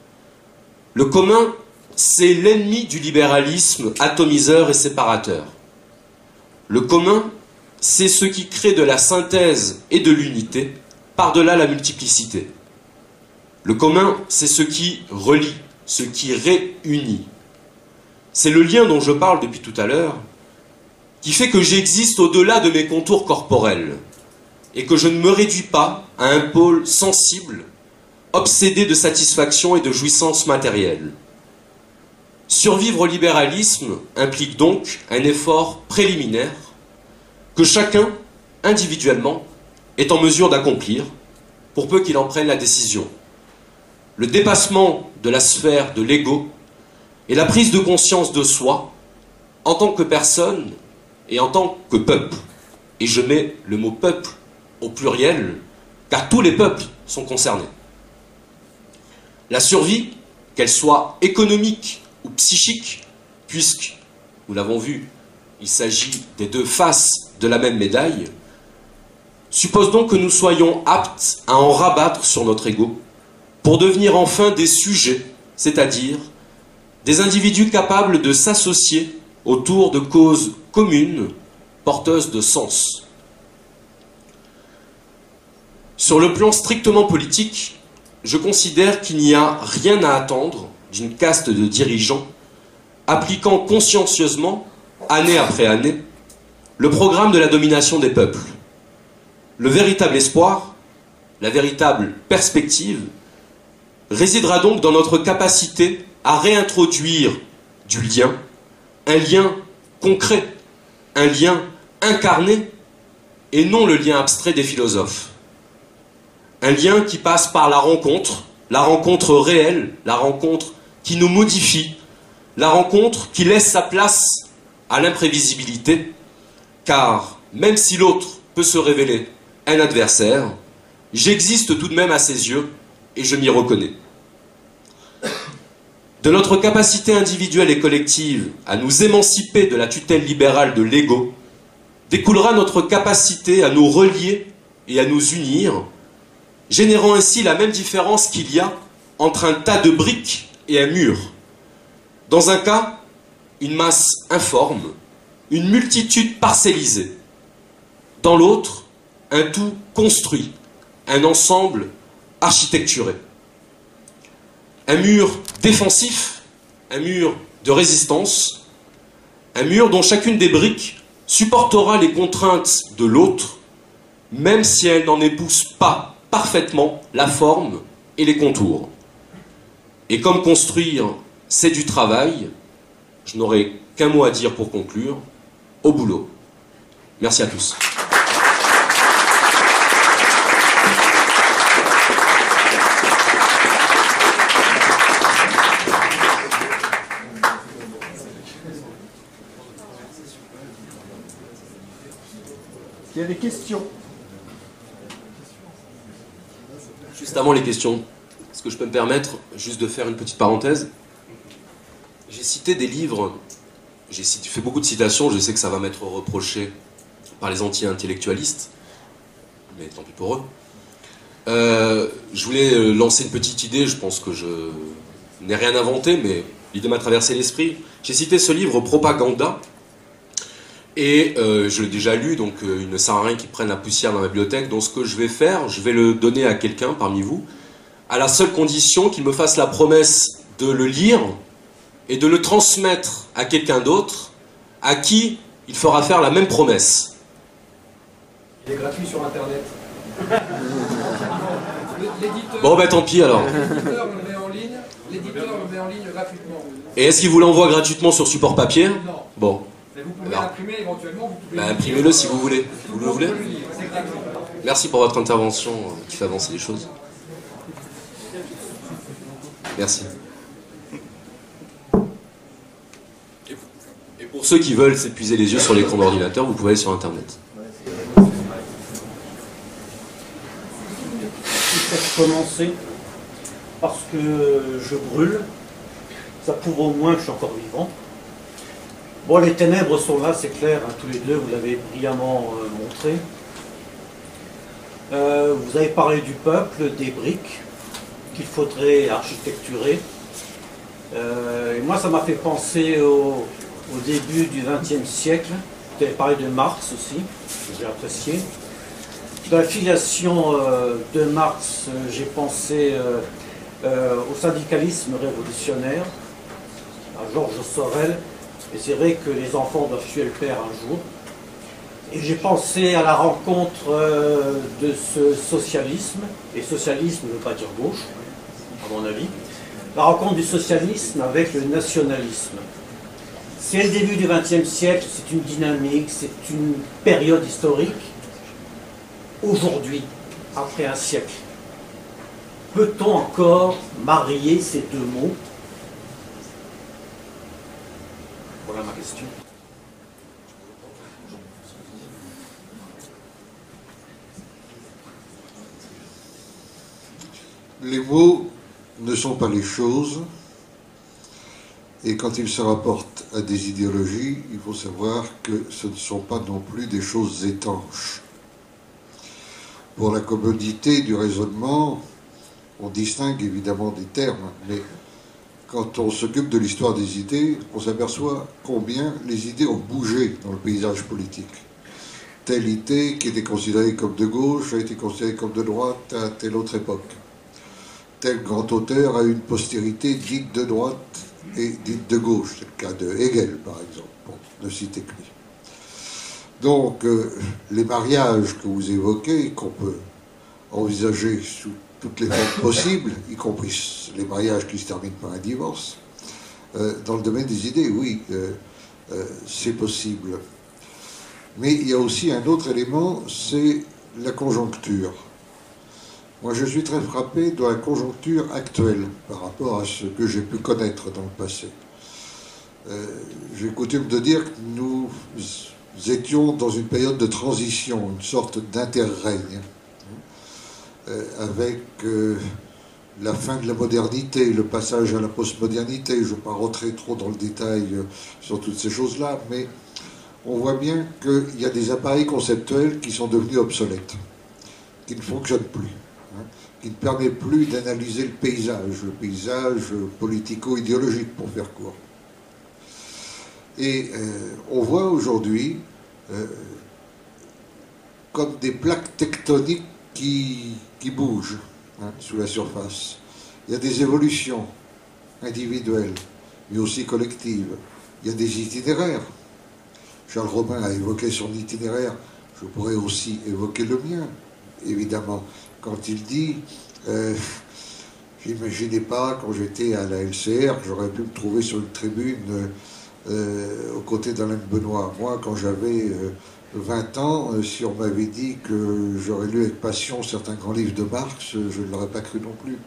Le commun, c'est l'ennemi du libéralisme atomiseur et séparateur. Le commun, c'est ce qui crée de la synthèse et de l'unité par-delà la multiplicité. Le commun, c'est ce qui relie, ce qui réunit. C'est le lien dont je parle depuis tout à l'heure, qui fait que j'existe au-delà de mes contours corporels et que je ne me réduis pas à un pôle sensible, obsédé de satisfaction et de jouissance matérielle. Survivre au libéralisme implique donc un effort préliminaire que chacun, individuellement, est en mesure d'accomplir, pour peu qu'il en prenne la décision. Le dépassement de la sphère de l'ego et la prise de conscience de soi, en tant que personne et en tant que peuple. Et je mets le mot peuple au pluriel, car tous les peuples sont concernés. La survie, qu'elle soit économique ou psychique, puisque, nous l'avons vu, il s'agit des deux faces de la même médaille, suppose donc que nous soyons aptes à en rabattre sur notre ego pour devenir enfin des sujets, c'est-à-dire des individus capables de s'associer autour de causes communes porteuses de sens. Sur le plan strictement politique, je considère qu'il n'y a rien à attendre d'une caste de dirigeants appliquant consciencieusement, année après année, le programme de la domination des peuples. Le véritable espoir, la véritable perspective, résidera donc dans notre capacité à réintroduire du lien, un lien concret, un lien incarné, et non le lien abstrait des philosophes. Un lien qui passe par la rencontre réelle, la rencontre qui nous modifie, la rencontre qui laisse sa place à l'imprévisibilité, car même si l'autre peut se révéler un adversaire, j'existe tout de même à ses yeux et je m'y reconnais. De notre capacité individuelle et collective à nous émanciper de la tutelle libérale de l'ego, découlera notre capacité à nous relier et à nous unir, générant ainsi la même différence qu'il y a entre un tas de briques et un mur. Dans un cas, une masse informe, une multitude parcellisée. Dans l'autre, un tout construit, un ensemble architecturé. Un mur défensif, un mur de résistance, un mur dont chacune des briques supportera les contraintes de l'autre, même si elle n'en épouse pas parfaitement la forme et les contours. Et comme construire, c'est du travail, je n'aurai qu'un mot à dire pour conclure, au boulot. Merci à tous. Il y a des questions. Juste avant les questions, est-ce que je peux me permettre juste de faire une petite parenthèse? J'ai cité des livres, j'ai fait beaucoup de citations, je sais que ça va m'être reproché par les anti-intellectualistes, mais tant pis pour eux. Je voulais lancer une petite idée, je pense que je n'ai rien inventé, mais l'idée m'a traversé l'esprit. J'ai cité ce livre Propaganda, et je l'ai déjà lu, donc il ne sert à rien qu'il prenne la poussière dans ma bibliothèque. Donc ce que je vais faire, je vais le donner à quelqu'un parmi vous, à la seule condition qu'il me fasse la promesse de le lire et de le transmettre à quelqu'un d'autre, à qui il fera faire la même promesse. Il est gratuit sur Internet. Bon ben tant pis alors. L'éditeur le met en ligne, gratuitement. Et est-ce qu'il vous l'envoie gratuitement sur support papier? Non. Bon. Mais vous pouvez Alors, l'imprimer éventuellement. Vous pouvez imprimez-le si vous voulez. Vous le voulez? C'est gratuit. Merci pour votre intervention qui fait avancer les choses. Merci. Et pour ceux qui veulent s'épuiser les yeux sur l'écran d'ordinateur, vous pouvez aller sur Internet. Je vais commencer parce que je brûle. Ça prouve au moins que je suis encore vivant. Bon, les ténèbres sont là, c'est clair, hein, tous les deux, vous l'avez brillamment montré. Vous avez parlé du peuple, des briques qu'il faudrait architecturer. Et moi, ça m'a fait penser au début du XXe siècle. Vous avez parlé de Marx aussi, que j'ai apprécié. Dans la filiation de Marx, j'ai pensé au syndicalisme révolutionnaire, à Georges Sorel. Et c'est vrai que les enfants doivent tuer le père un jour. Et j'ai pensé à la rencontre de ce socialisme, et socialisme ne veut pas dire gauche, à mon avis, la rencontre du socialisme avec le nationalisme. C'est le début du XXe siècle, c'est une dynamique, c'est une période historique. Aujourd'hui, après un siècle, peut-on encore marier ces deux mots? Voilà ma question. Les mots ne sont pas les choses, et quand ils se rapportent à des idéologies, il faut savoir que ce ne sont pas non plus des choses étanches. Pour la commodité du raisonnement, on distingue évidemment des termes, mais quand on s'occupe de l'histoire des idées, on s'aperçoit combien les idées ont bougé dans le paysage politique. Telle idée qui était considérée comme de gauche a été considérée comme de droite à telle autre époque. Tel grand auteur a une postérité dite de droite et dite de gauche. C'est le cas de Hegel, par exemple, pour ne citer que lui. Donc, les mariages que vous évoquez, qu'on peut envisager sous toutes les formes possibles, y compris les mariages qui se terminent par un divorce, dans le domaine des idées, oui, c'est possible. Mais il y a aussi un autre élément, c'est la conjoncture. Moi, je suis très frappé de la conjoncture actuelle par rapport à ce que j'ai pu connaître dans le passé. J'ai coutume de dire que nous étions dans une période de transition, une sorte d'interrègne, avec la fin de la modernité, le passage à la postmodernité. Je ne vais pas rentrer trop dans le détail sur toutes ces choses-là, mais on voit bien qu'il y a des appareils conceptuels qui sont devenus obsolètes, qui ne fonctionnent plus, qui ne permettent plus d'analyser le paysage politico-idéologique, pour faire court. Et on voit aujourd'hui comme des plaques tectoniques qui bougent sous la surface. Il y a des évolutions individuelles, mais aussi collectives. Il y a des itinéraires. Charles Robin a évoqué son itinéraire, je pourrais aussi évoquer le mien, évidemment. Quand il dit j'imaginais pas, quand j'étais à la LCR, que j'aurais pu me trouver sur une tribune aux côtés d'Alain Benoît. Moi, quand j'avais 20 ans, si on m'avait dit que j'aurais lu avec passion certains grands livres de Marx, je ne l'aurais pas cru non plus.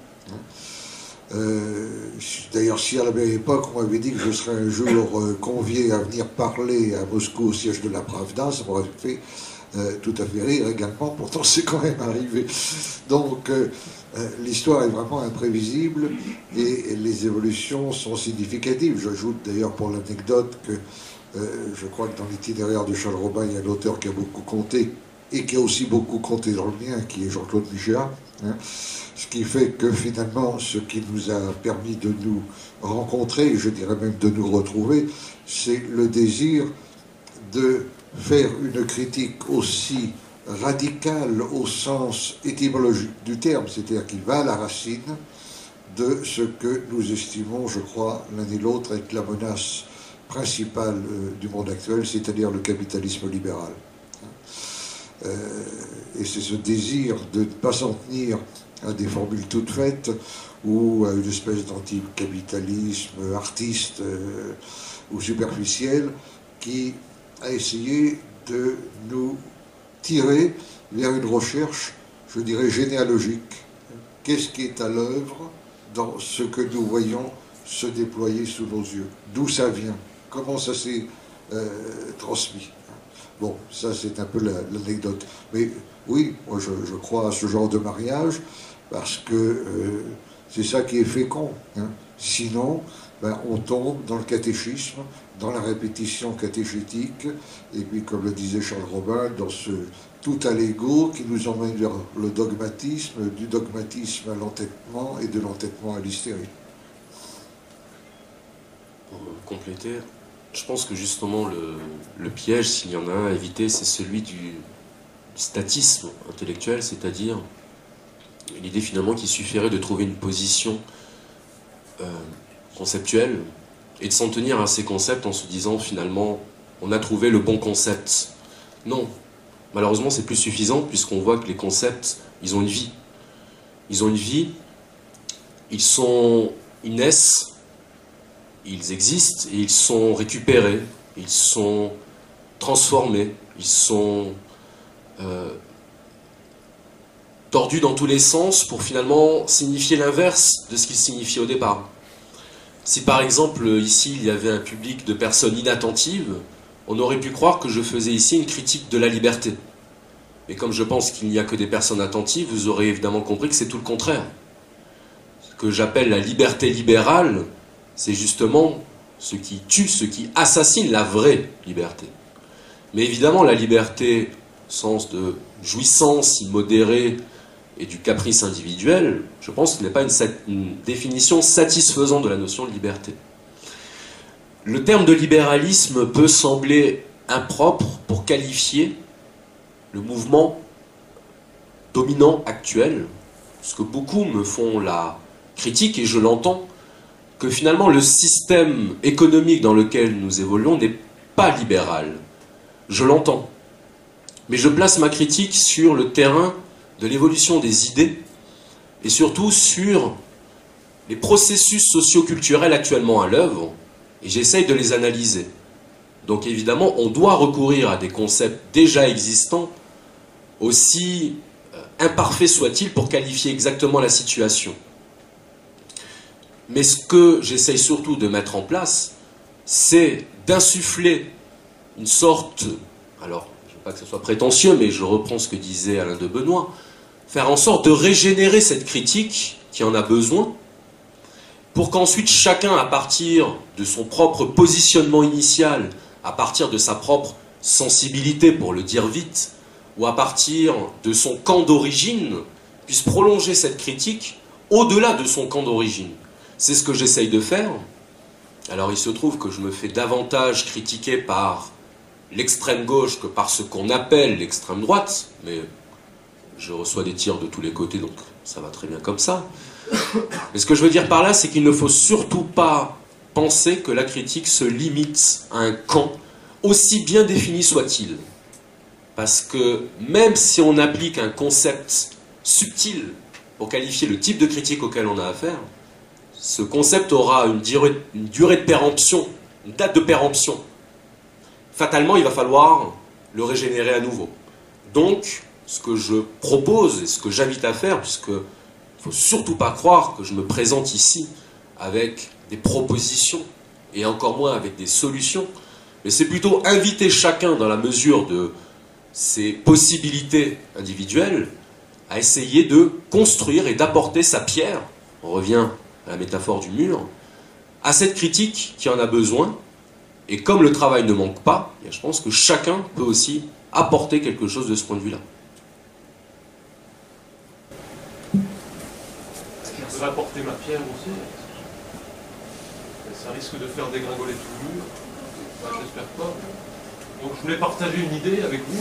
D'ailleurs, si à la même époque on m'avait dit que je serais un jour convié à venir parler à Moscou au siège de la Pravda, ça m'aurait fait tout à fait rire également, pourtant c'est quand même arrivé. Donc l'histoire est vraiment imprévisible et les évolutions sont significatives. J'ajoute d'ailleurs pour l'anecdote que je crois que dans l'itinéraire de Charles Robin, il y a l'auteur qui a beaucoup compté et qui a aussi beaucoup compté dans le mien, qui est Jean-Claude Michéa. Ce qui fait que finalement, ce qui nous a permis de nous rencontrer, je dirais même de nous retrouver, c'est le désir de faire une critique aussi radicale au sens étymologique du terme, c'est-à-dire qui va à la racine de ce que nous estimons, je crois, l'un et l'autre être la menace principale du monde actuel, c'est-à-dire le capitalisme libéral. Et c'est ce désir de ne pas s'en tenir à des formules toutes faites ou à une espèce d'anticapitalisme artiste ou superficiel qui a essayé de nous tirer vers une recherche, je dirais, généalogique. Qu'est-ce qui est à l'œuvre dans ce que nous voyons se déployer sous nos yeux? D'où ça vient? Comment ça s'est transmis? Bon, ça c'est un peu l'anecdote. Mais oui, moi je crois à ce genre de mariage parce que c'est ça qui est fécond. Sinon, on tombe dans le catéchisme, dans la répétition catéchétique, et puis comme le disait Charles Robin, dans ce tout à l'ego qui nous emmène vers le dogmatisme, du dogmatisme à l'entêtement et de l'entêtement à l'hystérie. Pour compléter, je pense que justement le piège, s'il y en a un à éviter, c'est celui du statisme intellectuel, c'est-à-dire l'idée finalement qu'il suffirait de trouver une position conceptuelle et de s'en tenir à ces concepts en se disant finalement on a trouvé le bon concept. Non. Malheureusement, c'est plus suffisant puisqu'on voit que les concepts, ils ont une vie. Ils ont une vie, ils naissent, ils existent et ils sont récupérés, ils sont transformés, ils sont tordus dans tous les sens pour finalement signifier l'inverse de ce qu'ils signifiaient au départ. Si par exemple ici il y avait un public de personnes inattentives, on aurait pu croire que je faisais ici une critique de la liberté. Mais comme je pense qu'il n'y a que des personnes attentives, vous aurez évidemment compris que c'est tout le contraire. Ce que j'appelle la liberté libérale, c'est justement ce qui tue, ce qui assassine la vraie liberté. Mais évidemment, la liberté, au sens de jouissance immodérée et du caprice individuel, je pense qu'il n'est pas une définition satisfaisante de la notion de liberté. Le terme de libéralisme peut sembler impropre pour qualifier le mouvement dominant actuel, parce que beaucoup me font la critique, et je l'entends, que finalement le système économique dans lequel nous évoluons n'est pas libéral. Je l'entends. Mais je place ma critique sur le terrain de l'évolution des idées, et surtout sur les processus socio-culturels actuellement à l'œuvre, et j'essaye de les analyser. Donc évidemment, on doit recourir à des concepts déjà existants, aussi imparfait soit-il pour qualifier exactement la situation. Mais ce que j'essaye surtout de mettre en place, c'est d'insuffler une sorte, alors je ne veux pas que ce soit prétentieux, mais je reprends ce que disait Alain de Benoît, faire en sorte de régénérer cette critique qui en a besoin, pour qu'ensuite chacun, à partir de son propre positionnement initial, à partir de sa propre sensibilité, pour le dire vite, ou à partir de son camp d'origine, puisse prolonger cette critique au-delà de son camp d'origine. C'est ce que j'essaye de faire. Alors il se trouve que je me fais davantage critiquer par l'extrême gauche que par ce qu'on appelle l'extrême droite, mais je reçois des tirs de tous les côtés, donc ça va très bien comme ça. Mais ce que je veux dire par là, c'est qu'il ne faut surtout pas penser que la critique se limite à un camp, aussi bien défini soit-il. Parce que même si on applique un concept subtil pour qualifier le type de critique auquel on a affaire, ce concept aura une durée de péremption, une date de péremption. Fatalement, il va falloir le régénérer à nouveau. Donc, ce que je propose et ce que j'invite à faire, puisque il ne faut surtout pas croire que je me présente ici avec des propositions et encore moins avec des solutions, mais c'est plutôt inviter chacun dans la mesure de ses possibilités individuelles à essayer de construire et d'apporter sa pierre, on revient à la métaphore du mur, à cette critique qui en a besoin, et comme le travail ne manque pas, je pense que chacun peut aussi apporter quelque chose de ce point de vue-là. Je peux apporter ma pierre aussi. Ça risque de faire dégringoler tout le mur. Enfin, j'espère pas. Donc je voulais partager une idée avec vous.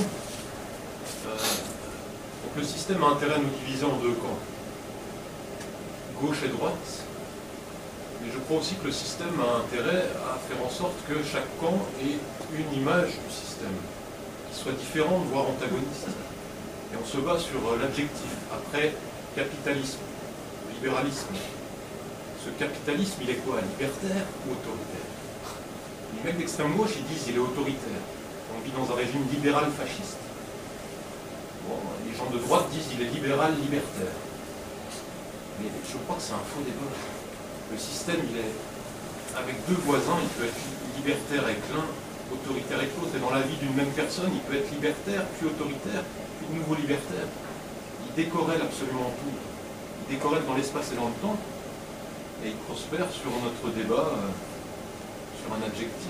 Donc le système a intérêt à nous diviser en deux camps, gauche et droite. Mais je crois aussi que le système a intérêt à faire en sorte que chaque camp ait une image du système, qui soit différente, voire antagoniste. Et on se base sur l'adjectif. Après, capitalisme, libéralisme. Ce capitalisme, il est quoi? Libertaire ou autoritaire? Les mecs d'extrême gauche, ils disent qu'il est autoritaire. On vit dans un régime libéral fasciste. Bon, les gens de droite disent qu'il est libéral libertaire. Mais je crois que c'est un faux débat. Le système, il est avec deux voisins, il peut être libertaire avec l'un, autoritaire avec l'autre. Et dans la vie d'une même personne, il peut être libertaire, puis autoritaire, puis de nouveau libertaire. Il décorrèle absolument tout. Il décorrèle dans l'espace et dans le temps. Et il prospère sur notre débat, sur un adjectif.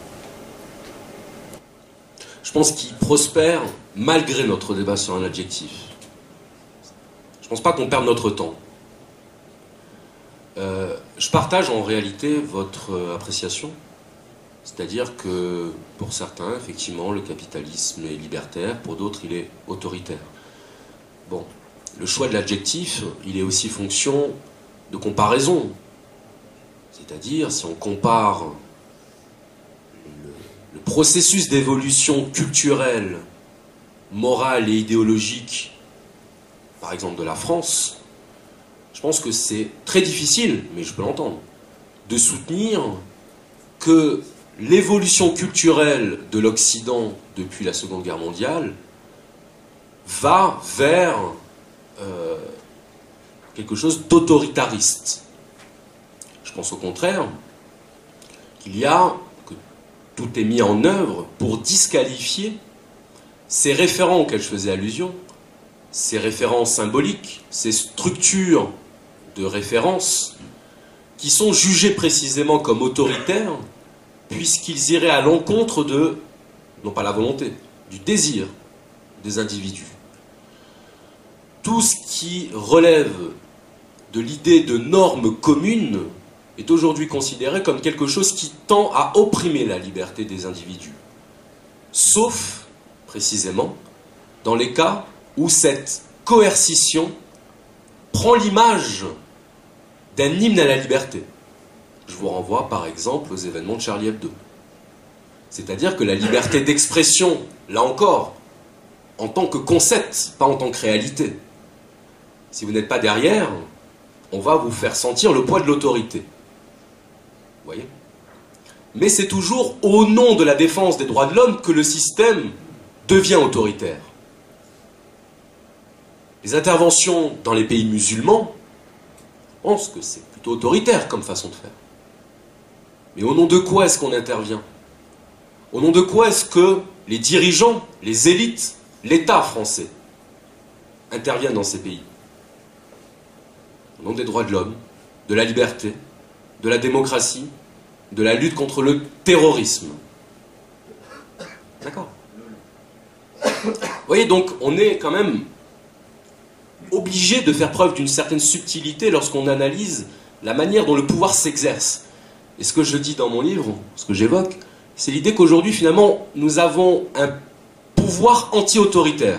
Je pense qu'il prospère malgré notre débat sur un adjectif. Je ne pense pas qu'on perde notre temps. Je partage en réalité votre appréciation. C'est-à-dire que pour certains, effectivement, le capitalisme est libertaire, pour d'autres, il est autoritaire. Bon, le choix de l'adjectif, il est aussi fonction de comparaison. C'est-à-dire, si on compare le processus d'évolution culturelle morale et idéologique, par exemple de la France, je pense que c'est très difficile, mais je peux l'entendre, de soutenir que l'évolution culturelle de l'Occident depuis la Seconde Guerre mondiale va vers quelque chose d'autoritariste. Je pense au contraire que tout est mis en œuvre pour disqualifier ces référents auxquels je faisais allusion, ces référents symboliques, ces structures de référence qui sont jugés précisément comme autoritaires puisqu'ils iraient à l'encontre de, non pas la volonté, du désir des individus. Tout ce qui relève de l'idée de normes communes est aujourd'hui considéré comme quelque chose qui tend à opprimer la liberté des individus. Sauf, précisément, dans les cas où cette coercition prend l'image d'un hymne à la liberté. Je vous renvoie par exemple aux événements de Charlie Hebdo. C'est-à-dire que la liberté d'expression, là encore, en tant que concept, pas en tant que réalité. Si vous n'êtes pas derrière, on va vous faire sentir le poids de l'autorité. Vous voyez ? Mais c'est toujours au nom de la défense des droits de l'homme que le système devient autoritaire. Les interventions dans les pays musulmans, on pense que c'est plutôt autoritaire comme façon de faire. Mais au nom de quoi est-ce qu'on intervient? Au nom de quoi est-ce que les dirigeants, les élites, l'État français interviennent dans ces pays? Au nom des droits de l'homme, de la liberté, de la démocratie, de la lutte contre le terrorisme. D'accord? Vous voyez, donc on est quand même obligé de faire preuve d'une certaine subtilité lorsqu'on analyse la manière dont le pouvoir s'exerce. Et ce que je dis dans mon livre, ce que j'évoque, c'est l'idée qu'aujourd'hui, finalement, nous avons un pouvoir anti-autoritaire.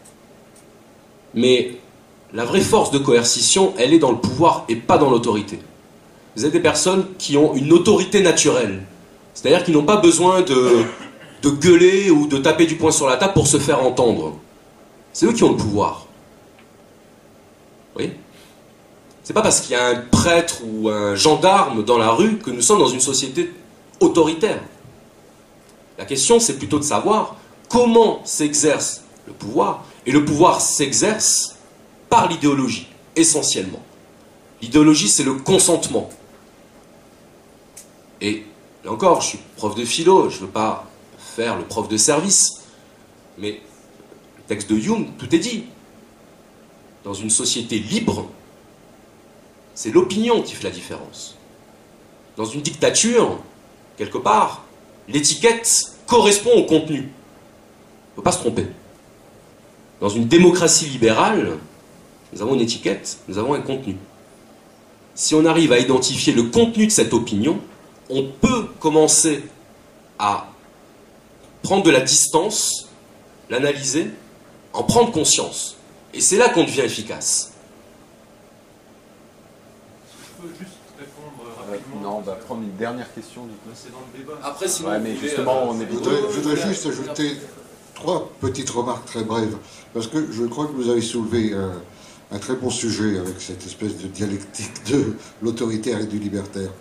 Mais la vraie force de coercition, elle est dans le pouvoir et pas dans l'autorité. Vous avez des personnes qui ont une autorité naturelle. C'est-à-dire qu'ils n'ont pas besoin de gueuler ou de taper du poing sur la table pour se faire entendre. C'est eux qui ont le pouvoir. Vous voyez ? C'est pas parce qu'il y a un prêtre ou un gendarme dans la rue que nous sommes dans une société autoritaire. La question, c'est plutôt de savoir comment s'exerce le pouvoir. Et le pouvoir s'exerce par l'idéologie, essentiellement. L'idéologie, c'est le consentement. Et là encore, je suis prof de philo, je ne veux pas faire le prof de service, mais le texte de Hume, tout est dit. Dans une société libre, c'est l'opinion qui fait la différence. Dans une dictature, quelque part, l'étiquette correspond au contenu. Il ne faut pas se tromper. Dans une démocratie libérale, nous avons une étiquette, nous avons un contenu. Si on arrive à identifier le contenu de cette opinion, on peut commencer à prendre de la distance, l'analyser, en prendre conscience. Et c'est là qu'on devient efficace. Je peux juste répondre rapidement. Non, on va prendre une dernière question du coup. C'est dans le débat. Après, sinon, Ouais, mais justement, on est Je voudrais juste ajouter 3 petites remarques très brèves, parce que je crois que vous avez soulevé un très bon sujet avec cette espèce de dialectique de l'autoritaire et du libertaire.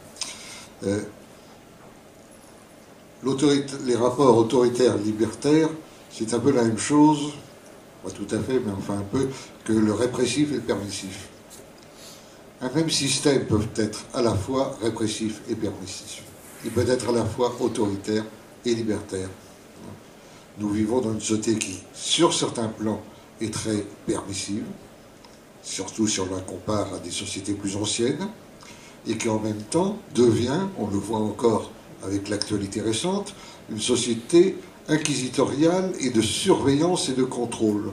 Les rapports autoritaires-libertaires, c'est un peu la même chose, pas tout à fait, mais enfin un peu, que le répressif et le permissif. Un même système peut être à la fois répressif et permissif. Il peut être à la fois autoritaire et libertaire. Nous vivons dans une société qui, sur certains plans, est très permissive, surtout si on la compare à des sociétés plus anciennes, et qui en même temps devient, on le voit encore avec l'actualité récente, une société inquisitoriale et de surveillance et de contrôle.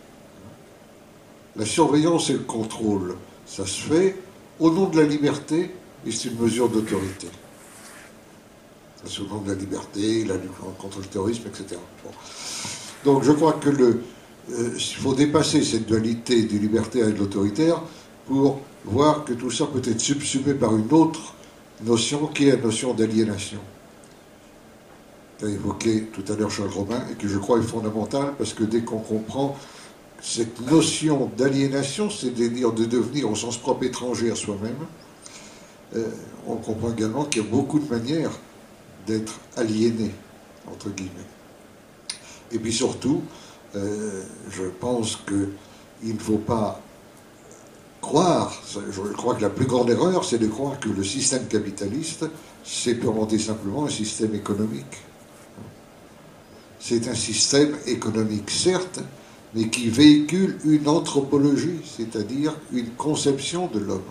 La surveillance et le contrôle, ça se fait au nom de la liberté, et c'est une mesure d'autorité. C'est au nom de la liberté, la lutte contre le terrorisme, etc. Bon. Donc je crois que il faut dépasser cette dualité du libertaire et de l'autoritaire pour voir que tout ça peut être subsumé par une autre notion qui est la notion d'aliénation. qu'a évoqué tout à l'heure Charles Robin et que je crois est fondamentale, parce que dès qu'on comprend cette notion d'aliénation, c'est-à-dire de devenir au sens propre étranger à soi-même, on comprend également qu'il y a beaucoup de manières d'être aliéné, entre guillemets. Et puis surtout, je pense qu'il ne faut pas croire, je crois que la plus grande erreur, c'est de croire que le système capitaliste, c'est purement et simplement un système économique. C'est un système économique, certes, mais qui véhicule une anthropologie, c'est-à-dire une conception de l'homme.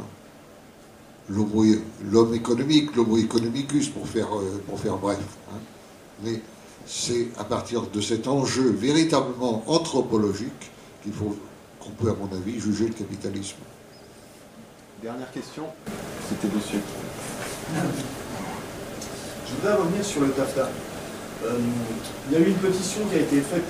L'homme économique, l'homo economicus, pour faire bref. Hein. Mais c'est à partir de cet enjeu véritablement anthropologique qu'on peut, à mon avis, juger le capitalisme. Dernière question, c'était dessus. Je voudrais revenir sur le TAFTA. Il y a eu une pétition qui a été faite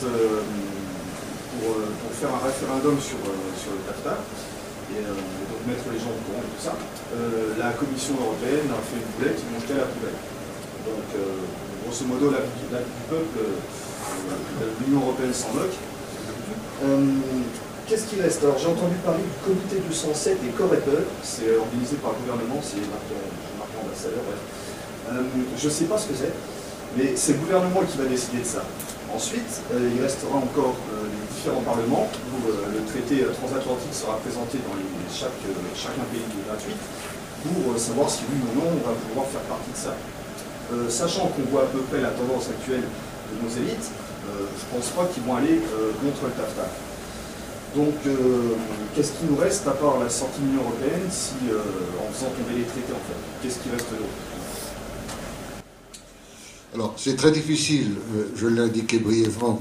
pour faire un référendum sur le TAFTA et donc mettre les gens au courant et tout ça. La Commission européenne a fait une boulette, ils l'ont jeté à la poubelle. Donc, grosso modo, la vie du peuple, l'Union européenne s'en moque. Qu'est-ce qui reste? Alors, j'ai entendu parler du comité du 107 et Coreper, c'est organisé par le gouvernement, c'est marqué ambassadeur, bref. Je ne sais pas ce que c'est, mais c'est le gouvernement qui va décider de ça. Ensuite, il restera encore les différents parlements où le traité transatlantique sera présenté dans chacun pays des 28 pour savoir si oui ou non on va pouvoir faire partie de ça. Sachant qu'on voit à peu près la tendance actuelle de nos élites, je ne pense pas qu'ils vont aller contre le TAFTA. Donc, qu'est-ce qui nous reste à part la sortie de l'Union européenne si, en faisant tomber les traités, en fait? Qu'est-ce qui reste d'autre? Alors, c'est très difficile, je l'ai indiqué brièvement,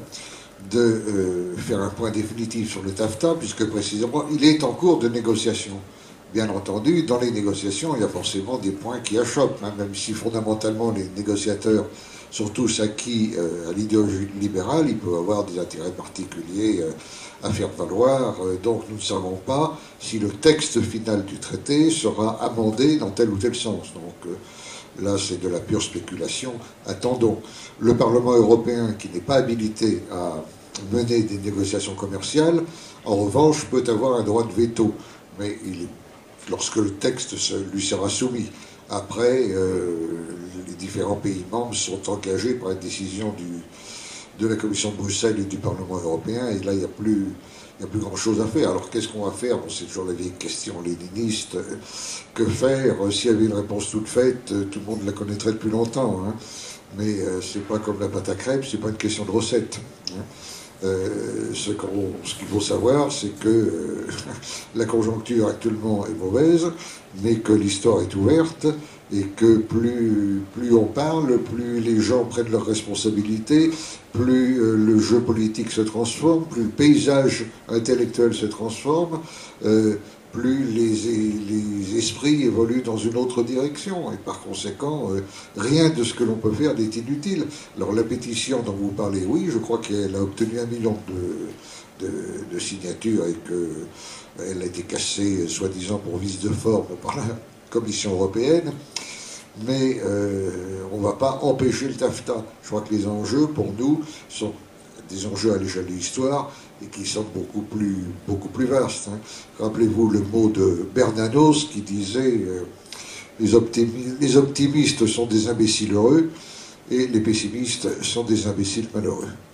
de faire un point définitif sur le TAFTA, puisque précisément, il est en cours de négociation. Bien entendu, dans les négociations, il y a forcément des points qui achoppent, hein, même si fondamentalement les négociateurs sont tous acquis à l'idéologie libérale, ils peuvent avoir des intérêts particuliers à faire valoir. Donc nous ne savons pas si le texte final du traité sera amendé dans tel ou tel sens. Donc là, c'est de la pure spéculation. Attendons. Le Parlement européen, qui n'est pas habilité à mener des négociations commerciales, en revanche, peut avoir un droit de veto. Mais lorsque le texte lui sera soumis. Après, les différents pays membres sont engagés par la décision de la Commission de Bruxelles et du Parlement européen, et là, il n'y a plus grand-chose à faire. Alors, qu'est-ce qu'on va faire? Bon, c'est toujours la vieille question léniniste. Que faire? S'il y avait une réponse toute faite, tout le monde la connaîtrait depuis longtemps. Hein. Mais c'est pas comme la pâte à crêpes, c'est pas une question de recette. Hein. Ce qu'il faut savoir, c'est que la conjoncture actuellement est mauvaise, mais que l'histoire est ouverte, et que plus on parle, plus les gens prennent leurs responsabilités, plus le jeu politique se transforme, plus le paysage intellectuel se transforme, plus les esprits évoluent dans une autre direction. Et par conséquent, rien de ce que l'on peut faire n'est inutile. Alors la pétition dont vous parlez, oui, je crois qu'elle a obtenu 1 million de signatures et qu'elle a été cassée, soi-disant pour vice de forme, par la Commission européenne. Mais on ne va pas empêcher le TAFTA. Je crois que les enjeux, pour nous, sont des enjeux à l'échelle de l'histoire et qui sont beaucoup plus vastes. Hein. Rappelez-vous le mot de Bernanos qui disait les optimistes sont des imbéciles heureux et les pessimistes sont des imbéciles malheureux.